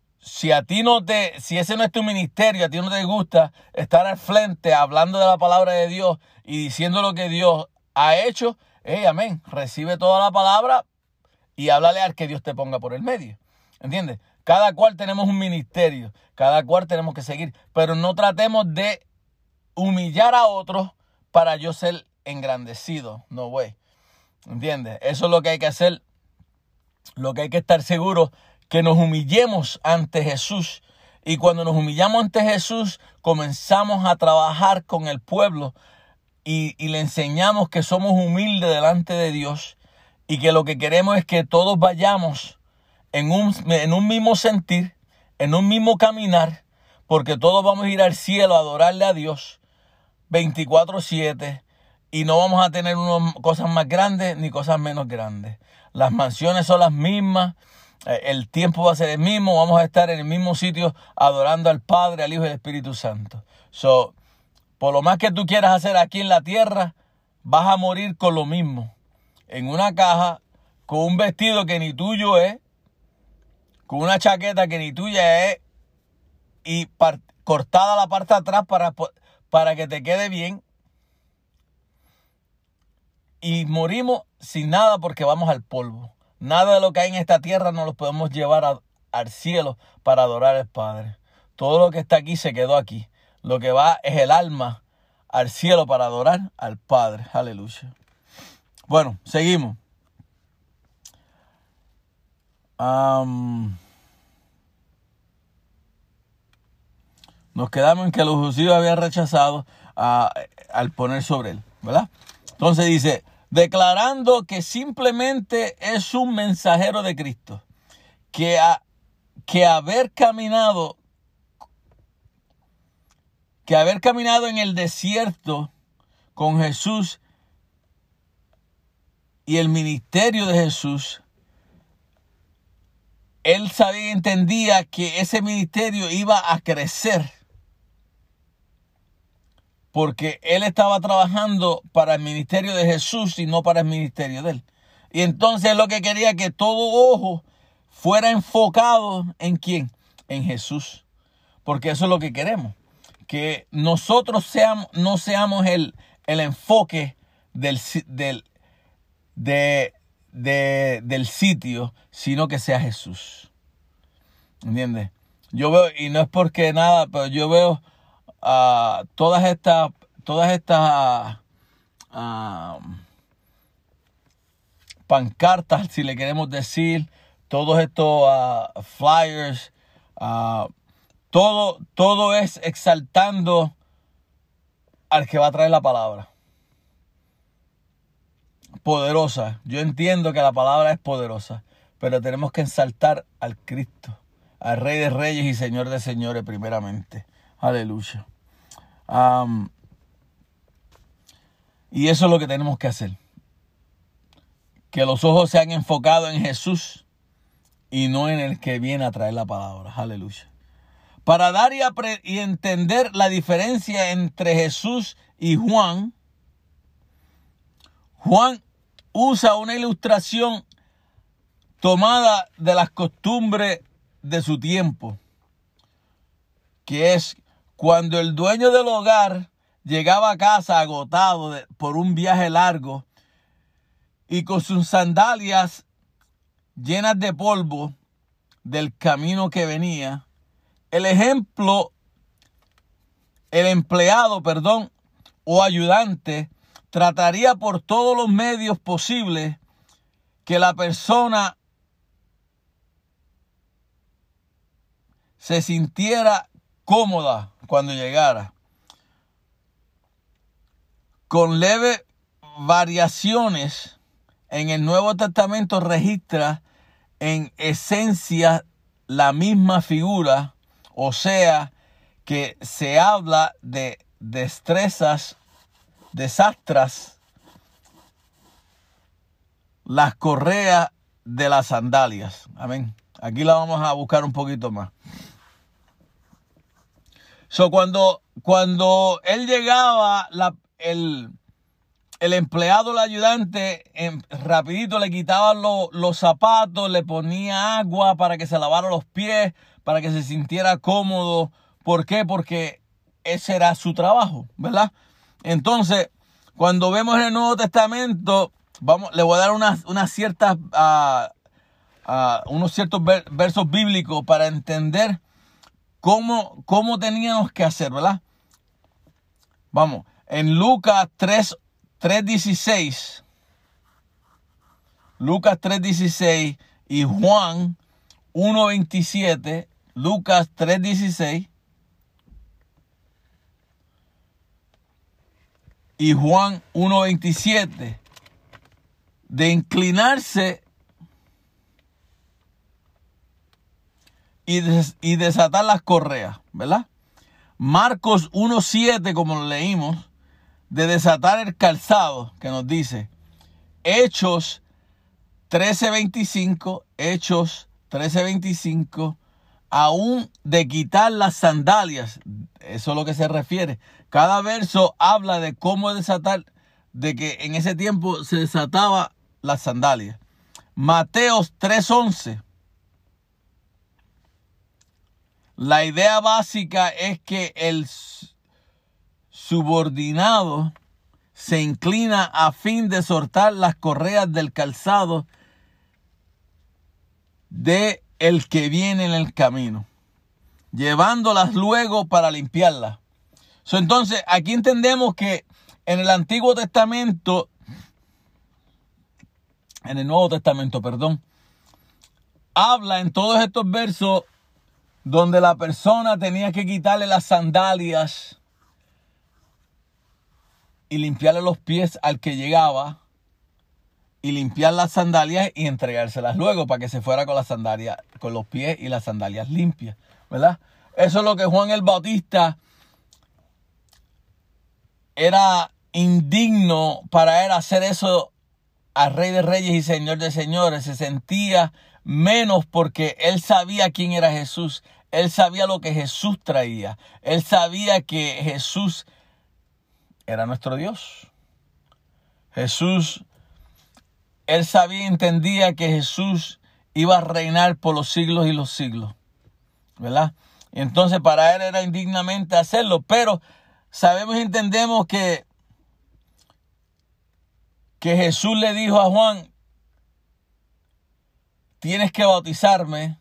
ese no es tu ministerio, a ti no te gusta estar al frente hablando de la palabra de Dios y diciendo lo que Dios ha hecho, amén, recibe toda la palabra y háblale al que Dios te ponga por el medio. ¿Entiendes? Cada cual tenemos un ministerio, cada cual tenemos que seguir, pero no tratemos de humillar a otros para yo ser engrandecido. No, güey. ¿Entiendes? Eso es lo que hay que hacer. Lo que hay que estar seguro, que nos humillemos ante Jesús. Y cuando nos humillamos ante Jesús, comenzamos a trabajar con el pueblo y le enseñamos que somos humildes delante de Dios y que lo que queremos es que todos vayamos en un mismo sentir, en un mismo caminar, porque todos vamos a ir al cielo a adorarle a Dios 24/7 y no vamos a tener cosas más grandes ni cosas menos grandes. Las mansiones son las mismas, el tiempo va a ser el mismo, vamos a estar en el mismo sitio adorando al Padre, al Hijo y al Espíritu Santo. Por lo más que tú quieras hacer aquí en la tierra, vas a morir con lo mismo. En una caja, con un vestido que ni tuyo es, con una chaqueta que ni tuya es y cortada la parte de atrás para que te quede bien. Y morimos sin nada porque vamos al polvo. Nada de lo que hay en esta tierra nos lo podemos llevar al cielo para adorar al Padre. Todo lo que está aquí se quedó aquí. Lo que va es el alma al cielo para adorar al Padre. Aleluya. Bueno, seguimos. Nos quedamos en que los judíos habían rechazado al poner sobre él, ¿verdad? Entonces dice, declarando que simplemente es un mensajero de Cristo, que haber caminado en el desierto con Jesús y el ministerio de Jesús, él sabía y entendía que ese ministerio iba a crecer, porque él estaba trabajando para el ministerio de Jesús y no para el ministerio de él. Y entonces lo que quería que todo ojo fuera enfocado ¿en quién? En Jesús. Porque eso es lo que queremos. Que nosotros no seamos el enfoque del sitio, sino que sea Jesús. ¿Entiendes? Yo veo, y no es porque nada, pero yo veo todas estas pancartas, si le queremos decir, todos estos flyers, todo es exaltando al que va a traer la palabra. Poderosa. Yo entiendo que la palabra es poderosa, pero tenemos que exaltar al Cristo, al Rey de Reyes y Señor de Señores primeramente. Aleluya. Y eso es lo que tenemos que hacer. Que los ojos sean enfocados en Jesús y no en el que viene a traer la palabra. Aleluya. Para dar y entender la diferencia entre Jesús y Juan, Juan usa una ilustración tomada de las costumbres de su tiempo, que es cuando el dueño del hogar llegaba a casa agotado por un viaje largo y con sus sandalias llenas de polvo del camino que venía, el empleado o ayudante trataría por todos los medios posibles que la persona se sintiera cómoda cuando llegara. Con leves variaciones, en el Nuevo Testamento registra en esencia la misma figura, o sea, que se habla de desastras, las correas de las sandalias. Amén. Aquí la vamos a buscar un poquito más. Cuando él llegaba, el empleado, el ayudante, rapidito le quitaba los zapatos, le ponía agua para que se lavara los pies, para que se sintiera cómodo. ¿Por qué? Porque ese era su trabajo, ¿verdad? Entonces, cuando vemos en el Nuevo Testamento, le voy a dar unos ciertos versos bíblicos para entender cómo teníamos que hacer, ¿verdad? Vamos, en Lucas 3:16, Lucas 3:16 y Juan 1:27, Lucas 3:16 y Juan 1:27, de inclinarse y desatar las correas, ¿verdad? Marcos 1:7, como lo leímos, de desatar el calzado, que nos dice. Hechos 13:25, aún de quitar las sandalias. Eso es lo que se refiere. Cada verso habla de cómo desatar, de que en ese tiempo se desataba las sandalias. Mateos 3:11. La idea básica es que el subordinado se inclina a fin de soltar las correas del calzado de el que viene en el camino, llevándolas luego para limpiarlas. Entonces, aquí entendemos que en el Nuevo Testamento, habla en todos estos versos donde la persona tenía que quitarle las sandalias y limpiarle los pies al que llegaba, y limpiar las sandalias y entregárselas luego para que se fuera con las sandalias, con los pies y las sandalias limpias, ¿verdad? Eso es lo que Juan el Bautista era indigno para él hacer eso al Rey de Reyes y Señor de Señores. Se sentía menos porque él sabía quién era Jesús. Él sabía lo que Jesús traía. Él sabía que Jesús era nuestro Dios. Él sabía y entendía que Jesús iba a reinar por los siglos y los siglos, ¿verdad? Y entonces para él era indignamente hacerlo, pero sabemos y entendemos que Jesús le dijo a Juan, tienes que bautizarme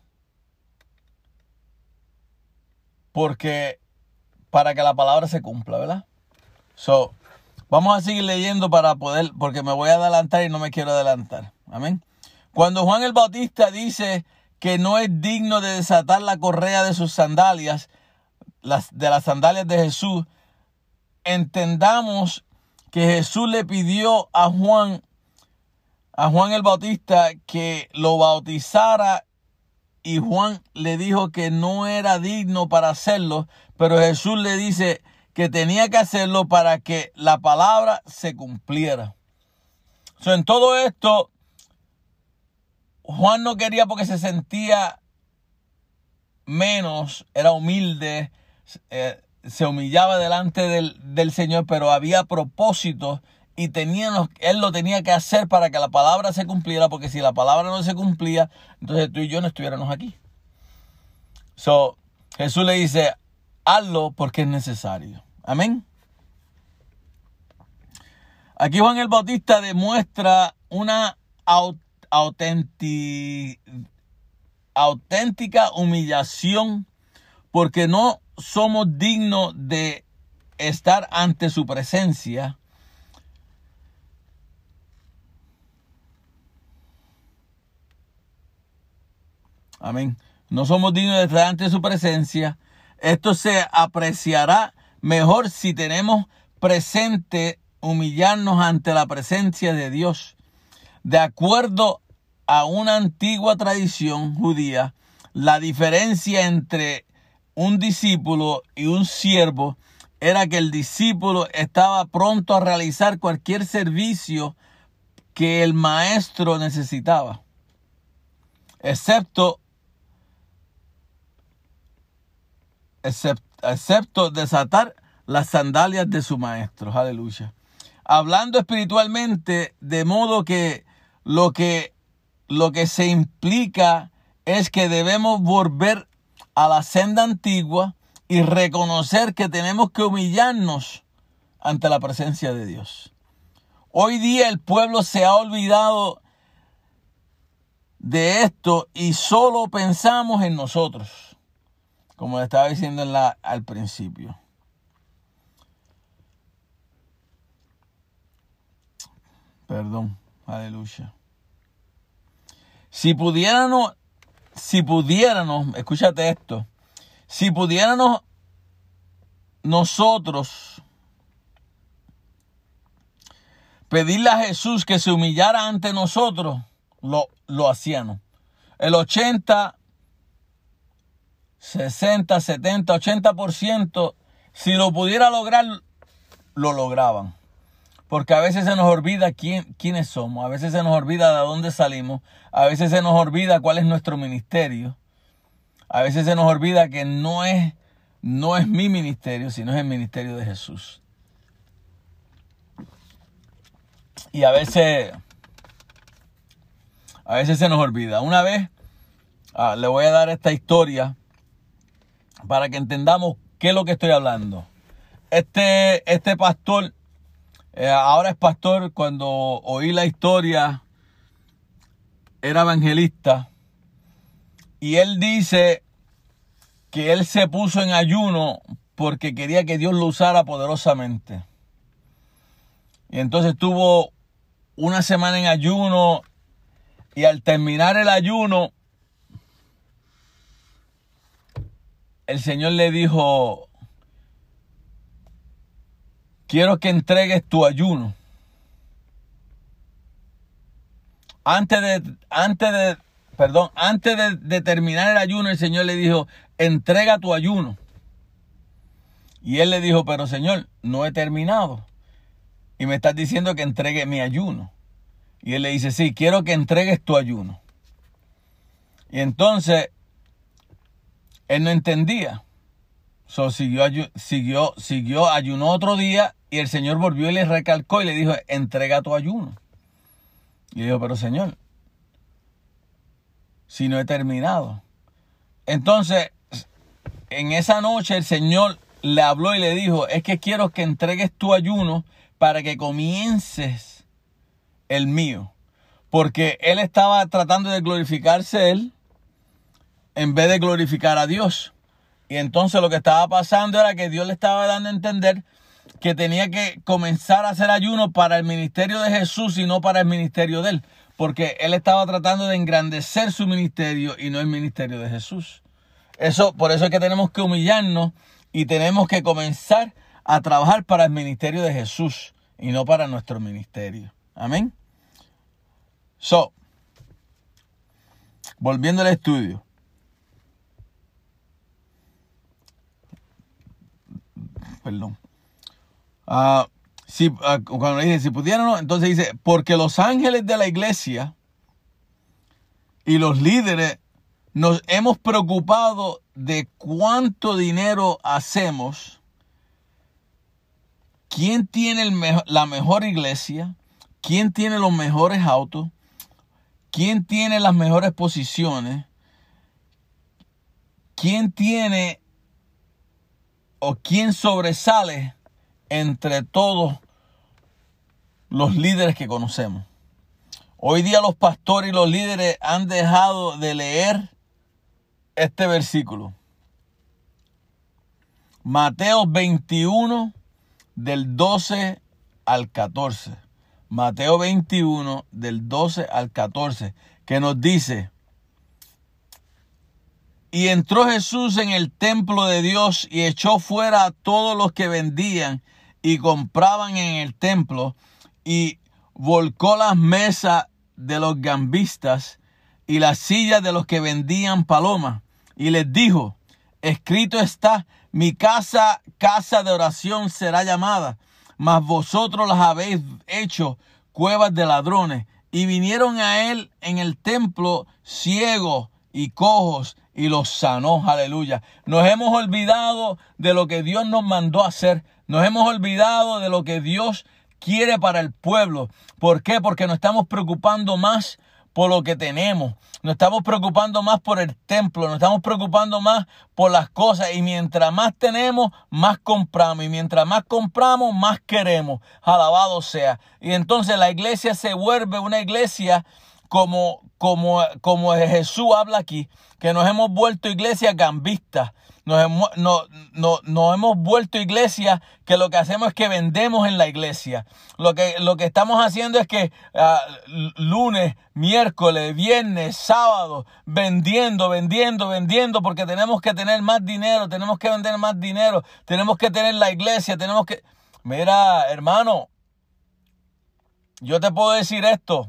para que la palabra se cumpla, ¿verdad? Vamos a seguir leyendo porque me voy a adelantar y no me quiero adelantar. Amén. Cuando Juan el Bautista dice que no es digno de desatar la correa de sus sandalias, de las sandalias de Jesús, entendamos que Jesús le pidió a Juan el Bautista que lo bautizara y Juan le dijo que no era digno para hacerlo, pero Jesús le dice que tenía que hacerlo para que la palabra se cumpliera. En todo esto, Juan no quería porque se sentía menos, era humilde, se humillaba delante del Señor, pero había propósitos y él lo tenía que hacer para que la palabra se cumpliera, porque si la palabra no se cumplía, entonces tú y yo no estuviéramos aquí. Jesús le dice, hazlo porque es necesario. Amén. Aquí Juan el Bautista demuestra una auténtica humillación porque no somos dignos de estar ante su presencia. Amén. No somos dignos de estar ante su presencia. Esto se apreciará mejor si tenemos presente humillarnos ante la presencia de Dios. De acuerdo a una antigua tradición judía, la diferencia entre un discípulo y un siervo era que el discípulo estaba pronto a realizar cualquier servicio que el maestro necesitaba, excepto desatar las sandalias de su maestro. Aleluya. Hablando espiritualmente, de modo que lo que se implica es que debemos volver a la senda antigua y reconocer que tenemos que humillarnos ante la presencia de Dios. Hoy día el pueblo se ha olvidado de esto y solo pensamos en nosotros, como le estaba diciendo al principio. Perdón, aleluya. Si pudiéramos, escúchate esto, si pudiéramos nosotros pedirle a Jesús que se humillara ante nosotros, lo hacíamos. El 80, 60, 70, 80%, si lo pudiera lograr, lo lograban. Porque a veces se nos olvida quiénes somos, a veces se nos olvida de dónde salimos, a veces se nos olvida cuál es nuestro ministerio, a veces se nos olvida que no es mi ministerio, sino es el ministerio de Jesús. Y a veces se nos olvida. Una vez le voy a dar esta historia para que entendamos qué es lo que estoy hablando. Este pastor, ahora es pastor, cuando oí la historia era evangelista, y él dice que él se puso en ayuno porque quería que Dios lo usara poderosamente. Y entonces tuvo una semana en ayuno, y al terminar el ayuno, el Señor le dijo: quiero que entregues tu ayuno. antes de terminar el ayuno, el Señor le dijo, entrega tu ayuno. Y él le dijo, pero Señor, no he terminado. Y me estás diciendo que entregue mi ayuno. Y él le dice, sí, quiero que entregues tu ayuno. Y entonces, él no entendía. Siguió, ayunó otro día y el Señor volvió y le recalcó y le dijo, entrega tu ayuno. Y le dijo, pero Señor, si no he terminado. Entonces, en esa noche el Señor le habló y le dijo, es que quiero que entregues tu ayuno para que comiences el mío. Porque él estaba tratando de glorificarse él en vez de glorificar a Dios. Y entonces lo que estaba pasando era que Dios le estaba dando a entender que tenía que comenzar a hacer ayuno para el ministerio de Jesús y no para el ministerio de él. Porque él estaba tratando de engrandecer su ministerio y no el ministerio de Jesús. Por eso es que tenemos que humillarnos y tenemos que comenzar a trabajar para el ministerio de Jesús y no para nuestro ministerio. Amén. Volviendo al estudio. Perdón. Cuando dice, si pudieran, entonces dice, porque los ángeles de la iglesia y los líderes nos hemos preocupado de cuánto dinero hacemos, quién tiene la mejor iglesia, quién tiene los mejores autos, quién tiene las mejores posiciones, quién tiene o quién sobresale entre todos los líderes que conocemos. Hoy día los pastores y los líderes han dejado de leer este versículo. Mateo 21, del 12 al 14. Mateo 21, del 12 al 14, que nos dice, y entró Jesús en el templo de Dios y echó fuera a todos los que vendían y compraban en el templo y volcó las mesas de los gambistas y las sillas de los que vendían palomas y les dijo, escrito está, mi casa, casa de oración será llamada, mas vosotros las habéis hecho cuevas de ladrones. Y vinieron a él en el templo ciegos y cojos y los sanó. Aleluya. Nos hemos olvidado de lo que Dios nos mandó a hacer. Nos hemos olvidado de lo que Dios quiere para el pueblo. ¿Por qué? Porque nos estamos preocupando más por lo que tenemos. Nos estamos preocupando más por el templo. Nos estamos preocupando más por las cosas. Y mientras más tenemos, más compramos. Y mientras más compramos, más queremos. Alabado sea. Y entonces la iglesia se vuelve una iglesia como Jesús habla aquí, que nos hemos vuelto iglesia gambista. Nos hemos vuelto iglesia que lo que hacemos es que vendemos en la iglesia. Lo que estamos haciendo es que lunes, miércoles, viernes, sábado, vendiendo, porque tenemos que tener más dinero, tenemos que vender más dinero, tenemos que tener la iglesia, Mira, hermano, yo te puedo decir esto.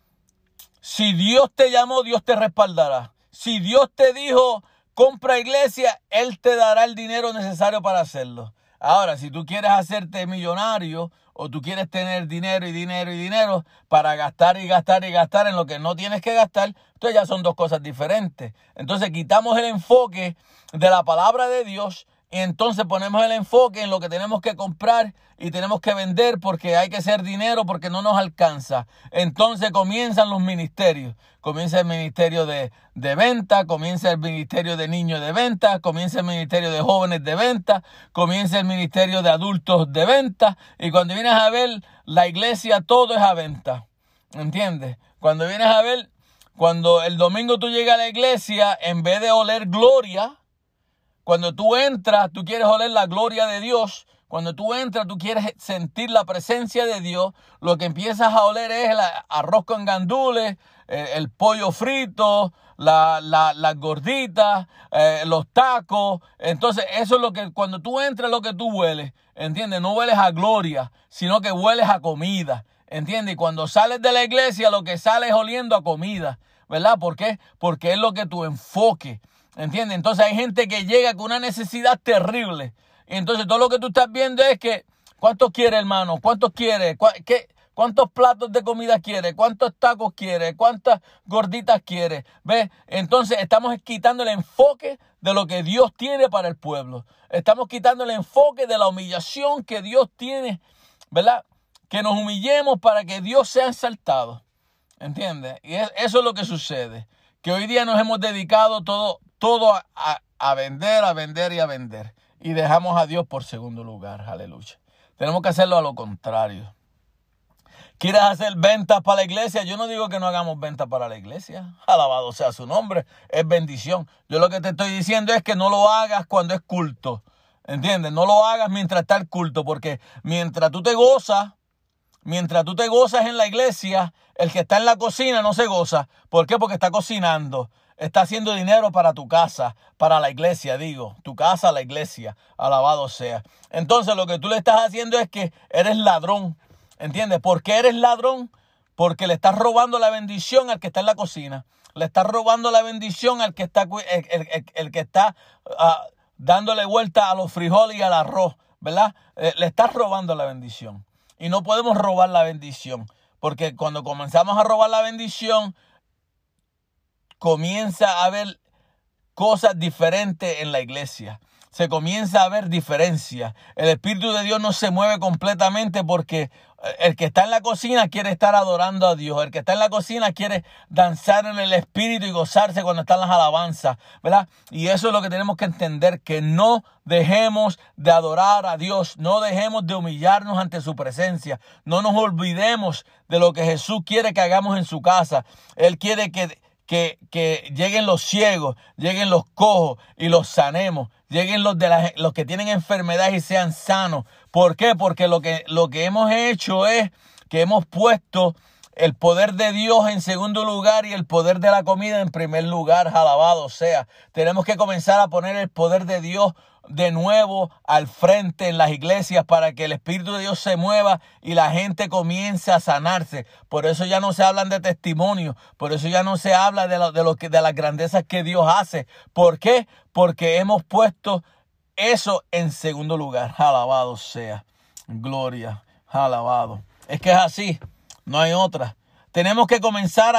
Si Dios te llamó, Dios te respaldará. Si Dios te dijo, compra iglesia, Él te dará el dinero necesario para hacerlo. Ahora, si tú quieres hacerte millonario o tú quieres tener dinero para gastar en lo que no tienes que gastar, entonces ya son dos cosas diferentes. Entonces quitamos el enfoque de la palabra de Dios y entonces ponemos el enfoque en lo que tenemos que comprar y tenemos que vender porque hay que hacer dinero porque no nos alcanza. Entonces comienzan los ministerios. Comienza el ministerio de venta, comienza el ministerio de niños de venta, comienza el ministerio de jóvenes de venta, comienza el ministerio de adultos de venta. Y cuando vienes a ver la iglesia, todo es a venta. ¿Entiendes? Cuando vienes a ver, cuando el domingo tú llegas a la iglesia, en vez de oler gloria, cuando tú entras, tú quieres oler la gloria de Dios. Cuando tú entras, tú quieres sentir la presencia de Dios. Lo que empiezas a oler es el arroz con gandules, el pollo frito, las gorditas, los tacos. Entonces, eso es lo que, cuando tú entras, lo que tú hueles. ¿Entiendes? No hueles a gloria, sino que hueles a comida. ¿entiendes? Y cuando sales de la iglesia, lo que sale es oliendo a comida, ¿verdad? ¿Por qué? Porque es lo que tu enfoque, ¿entiendes? Entonces hay gente que llega con una necesidad terrible. Y entonces todo lo que tú estás viendo es que, ¿cuántos quiere, hermano? ¿Cuántos quiere? ¿Cuántos platos de comida quiere? ¿Cuántos tacos quiere? ¿Cuántas gorditas quiere? ¿Ves? Entonces estamos quitando el enfoque de lo que Dios tiene para el pueblo. Estamos quitando el enfoque de la humillación que Dios tiene, ¿verdad? Que nos humillemos para que Dios sea exaltado. ¿Entiendes? Y eso es lo que sucede. Que hoy día nos hemos dedicado todo a vender, a vender y a vender. Y dejamos a Dios por segundo lugar. Aleluya. Tenemos que hacerlo a lo contrario. ¿Quieres hacer ventas para la iglesia? Yo no digo que no hagamos ventas para la iglesia. Alabado sea su nombre. Es bendición. Yo lo que te estoy diciendo es que no lo hagas cuando es culto. ¿Entiendes? No lo hagas mientras está el culto. Porque mientras tú te gozas en la iglesia, el que está en la cocina no se goza. ¿Por qué? Porque está cocinando. Está haciendo dinero para tu casa, para la iglesia, digo. Tu casa, la iglesia. Alabado sea. Entonces lo que tú le estás haciendo es que eres ladrón. ¿Entiendes? ¿Por qué eres ladrón? Porque le estás robando la bendición al que está en la cocina. Le estás robando la bendición al que está, el que está dándole vuelta a los frijoles y al arroz, ¿verdad? Le estás robando la bendición. Y no podemos robar la bendición. Porque cuando comenzamos a robar la bendición, comienza a haber cosas diferentes en la iglesia. Se comienza a ver diferencia. El Espíritu de Dios no se mueve completamente porque el que está en la cocina quiere estar adorando a Dios. El que está en la cocina quiere danzar en el Espíritu y gozarse cuando están las alabanzas, ¿verdad? Y eso es lo que tenemos que entender, que no dejemos de adorar a Dios. No dejemos de humillarnos ante su presencia. No nos olvidemos de lo que Jesús quiere que hagamos en su casa. Él quiere que lleguen los ciegos, lleguen los cojos y los sanemos. Lleguen los que tienen enfermedades y sean sanos. ¿Por qué? Porque lo que hemos hecho es que hemos puesto el poder de Dios en segundo lugar y el poder de la comida en primer lugar. Alabado sea. Tenemos que comenzar a poner el poder de Dios de nuevo al frente en las iglesias para que el Espíritu de Dios se mueva y la gente comience a sanarse. Por eso ya no se hablan de testimonio, por eso ya no se habla de las grandezas que Dios hace. ¿Por qué? Porque hemos puesto eso en segundo lugar. Alabado sea. Gloria. Alabado. Es que es así. No hay otra. Tenemos que comenzar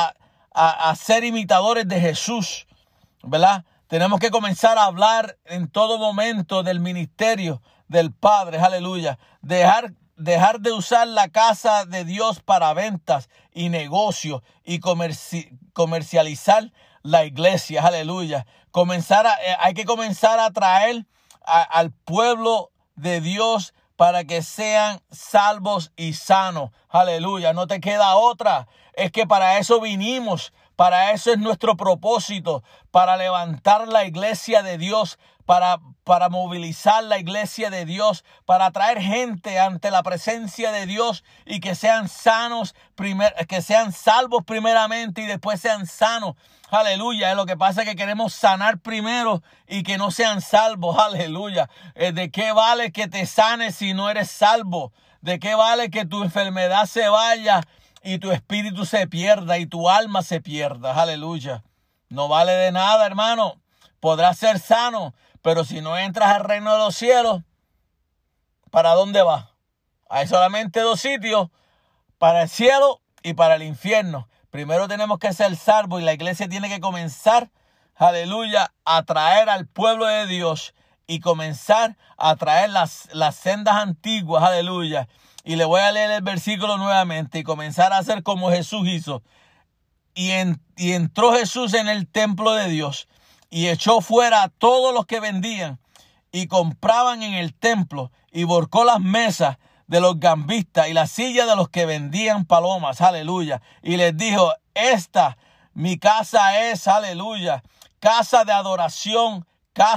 a ser imitadores de Jesús, ¿verdad? Tenemos que comenzar a hablar en todo momento del ministerio del Padre, aleluya. Dejar de usar la casa de Dios para ventas y negocios y comercializar la iglesia, aleluya. Hay que comenzar a traer al pueblo de Dios para que sean salvos y sanos, aleluya. No te queda otra, es que para eso vinimos. Para eso es nuestro propósito, para levantar la iglesia de Dios, para movilizar la iglesia de Dios, para traer gente ante la presencia de Dios y que sean sanos, que sean salvos primeramente y después sean sanos. Aleluya. Lo que pasa es que queremos sanar primero y que no sean salvos. Aleluya. ¿De qué vale que te sanes si no eres salvo? ¿De qué vale que tu enfermedad se vaya y tu espíritu se pierda y tu alma se pierda? Aleluya. No vale de nada, hermano. Podrás ser sano, pero si no entras al reino de los cielos, ¿para dónde vas? Hay solamente dos sitios, para el cielo y para el infierno. Primero tenemos que ser salvos y la iglesia tiene que comenzar, aleluya, a traer al pueblo de Dios y comenzar a traer las sendas antiguas, aleluya. Y le voy a leer el versículo nuevamente y comenzar a hacer como Jesús hizo. Y entró Jesús en el templo de Dios y echó fuera a todos los que vendían y compraban en el templo y volcó las mesas de los gambistas y las sillas de los que vendían palomas, aleluya. Y les dijo, esta mi casa es, aleluya, casa de oración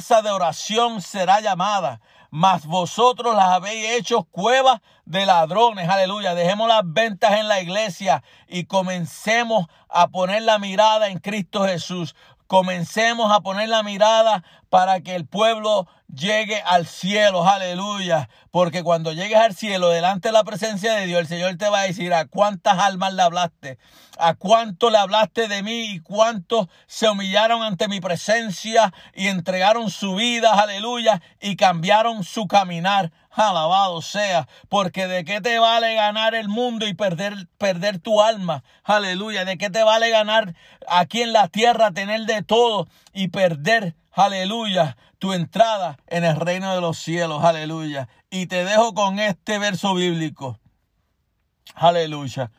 será llamada. Mas vosotros las habéis hecho cuevas de ladrones, aleluya. Dejemos las ventas en la iglesia y comencemos a poner la mirada en Cristo Jesús. Comencemos a poner la mirada para que el pueblo llegue al cielo, aleluya. Porque cuando llegues al cielo, delante de la presencia de Dios, el Señor te va a decir a cuántas almas le hablaste, a cuánto le hablaste de mí y cuántos se humillaron ante mi presencia y entregaron su vida, aleluya, y cambiaron su caminar. Alabado sea, porque de qué te vale ganar el mundo y perder tu alma, aleluya. De qué te vale ganar aquí en la tierra, tener de todo y perder, aleluya, tu entrada en el reino de los cielos, aleluya. Y te dejo con este verso bíblico, aleluya.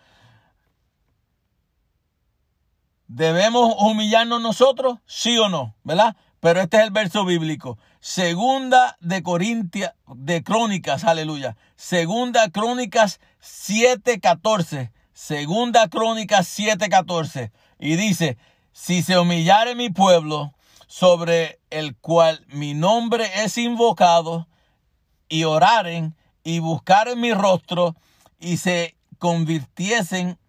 ¿Debemos humillarnos nosotros? Sí o no, ¿verdad? Pero este es el verso bíblico. Segunda de Crónicas, aleluya. Segunda Crónicas 7:14. Segunda Crónicas 7:14. Y dice, si se humillare mi pueblo, sobre el cual mi nombre es invocado, y oraren y buscaren mi rostro, y se convirtieren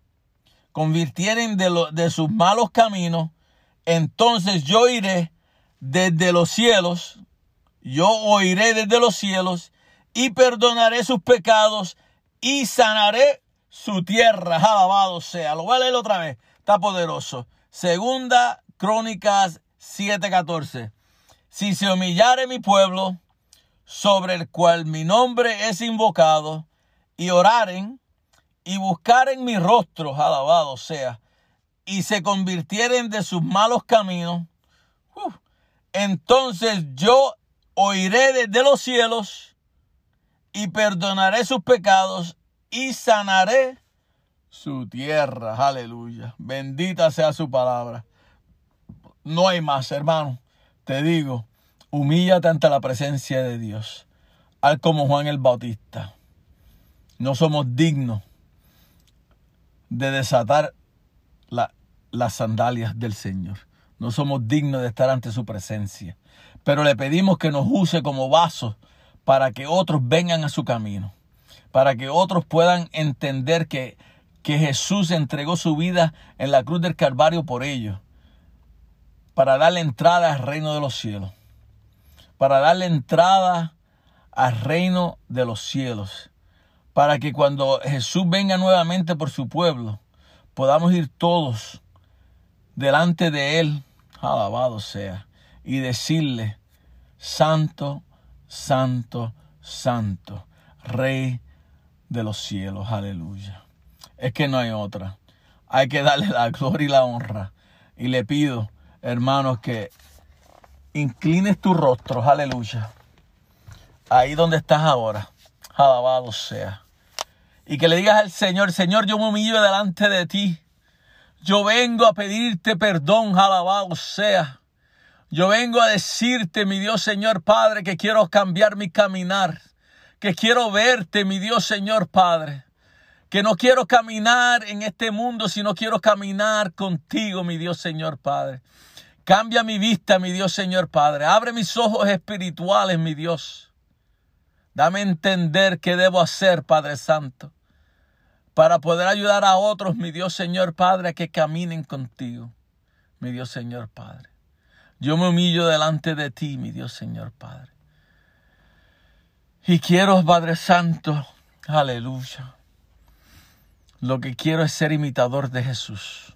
de sus malos caminos, entonces yo iré desde los cielos, yo oiré desde los cielos y perdonaré sus pecados y sanaré su tierra. Alabado sea. Lo voy a leer otra vez. Está poderoso. Segunda Crónicas 7:14. Si se humillare mi pueblo, sobre el cual mi nombre es invocado, y oraren y buscaren mi rostro, alabado sea, y se convirtieren de sus malos caminos, entonces yo oiré desde los cielos y perdonaré sus pecados y sanaré su tierra. Aleluya. Bendita sea su palabra. No hay más, hermano. Te digo, humíllate ante la presencia de Dios. Haz como Juan el Bautista. No somos dignos de desatar las sandalias del Señor. No somos dignos de estar ante su presencia. Pero le pedimos que nos use como vasos para que otros vengan a su camino. Para que otros puedan entender que Jesús entregó su vida en la cruz del Calvario por ellos. Para darle entrada al reino de los cielos. Para darle entrada al reino de los cielos. Para que cuando Jesús venga nuevamente por su pueblo, podamos ir todos delante de Él, alabado sea, y decirle, Santo, Santo, Santo, Rey de los cielos, aleluya. Es que no hay otra. Hay que darle la gloria y la honra. Y le pido, hermanos, que inclines tu rostro, aleluya, ahí donde estás ahora, alabado sea. Y que le digas al Señor, Señor, yo me humillo delante de ti. Yo vengo a pedirte perdón, alabado sea. Yo vengo a decirte, mi Dios, Señor Padre, que quiero cambiar mi caminar. Que quiero verte, mi Dios, Señor Padre. Que no quiero caminar en este mundo, sino quiero caminar contigo, mi Dios, Señor Padre. Cambia mi vista, mi Dios, Señor Padre. Abre mis ojos espirituales, mi Dios. Dame a entender qué debo hacer, Padre Santo, para poder ayudar a otros, mi Dios, Señor Padre, a que caminen contigo, mi Dios, Señor Padre. Yo me humillo delante de ti, mi Dios, Señor Padre. Y quiero, Padre Santo, aleluya. Lo que quiero es ser imitador de Jesús.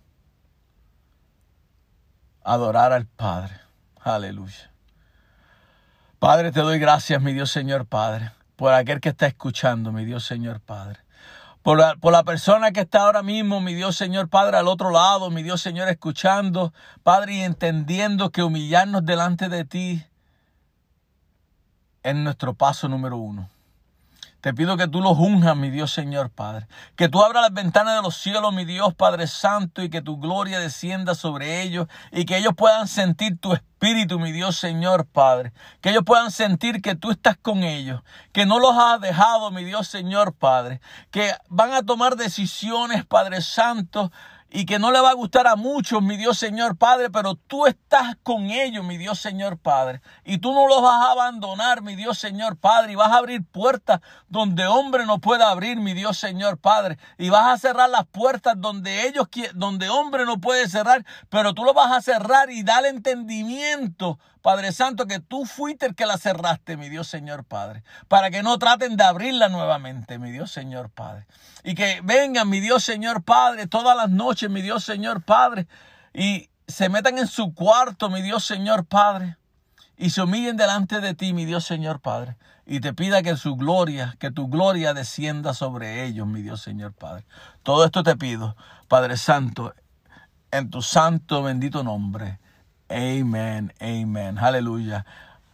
Adorar al Padre. Aleluya. Padre, te doy gracias, mi Dios, Señor Padre, por aquel que está escuchando, mi Dios, Señor Padre. Por la persona que está ahora mismo, mi Dios, Señor Padre, al otro lado, mi Dios, Señor, escuchando, Padre, y entendiendo que humillarnos delante de ti es nuestro paso número 1. Te pido que tú los unjas, mi Dios, Señor Padre. Que tú abras las ventanas de los cielos, mi Dios, Padre Santo, y que tu gloria descienda sobre ellos y que ellos puedan sentir tu espíritu, mi Dios, Señor Padre. Que ellos puedan sentir que tú estás con ellos, que no los has dejado, mi Dios, Señor Padre. Que van a tomar decisiones, Padre Santo, y que no le va a gustar a muchos, mi Dios, Señor Padre, pero tú estás con ellos, mi Dios, Señor Padre. Y tú no los vas a abandonar, mi Dios, Señor Padre. Y vas a abrir puertas donde hombre no pueda abrir, mi Dios, Señor Padre. Y vas a cerrar las puertas donde hombre no puede cerrar, pero tú lo vas a cerrar y dar entendimiento Padre Santo, que tú fuiste el que la cerraste, mi Dios Señor Padre, para que no traten de abrirla nuevamente, mi Dios Señor Padre. Y que vengan, mi Dios Señor Padre, todas las noches, mi Dios Señor Padre, y se metan en su cuarto, mi Dios Señor Padre, y se humillen delante de ti, mi Dios Señor Padre, y te pida que tu gloria descienda sobre ellos, mi Dios Señor Padre. Todo esto te pido, Padre Santo, en tu santo bendito nombre. Amén, amén, aleluya.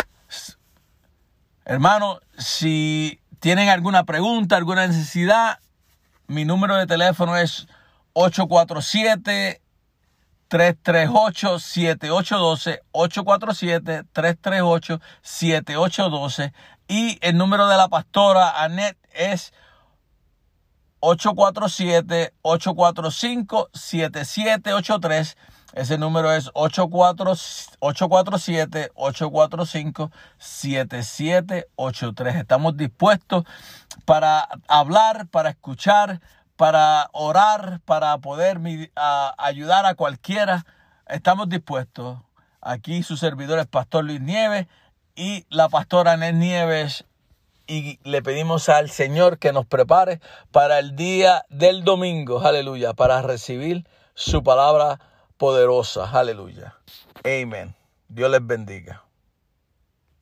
Hermano, si tienen alguna pregunta, alguna necesidad, mi número de teléfono es 847-338-7812, 847-338-7812, y el número de la pastora Annette es 847-845-7783. Ese número es 847-845-7783. Estamos dispuestos para hablar, para escuchar, para orar, para poder ayudar a cualquiera. Estamos dispuestos. Aquí su servidor es Pastor Luis Nieves y la pastora Annette Nieves. Y le pedimos al Señor que nos prepare para el día del domingo, aleluya, para recibir su palabra poderosa, aleluya. Amén. Dios les bendiga.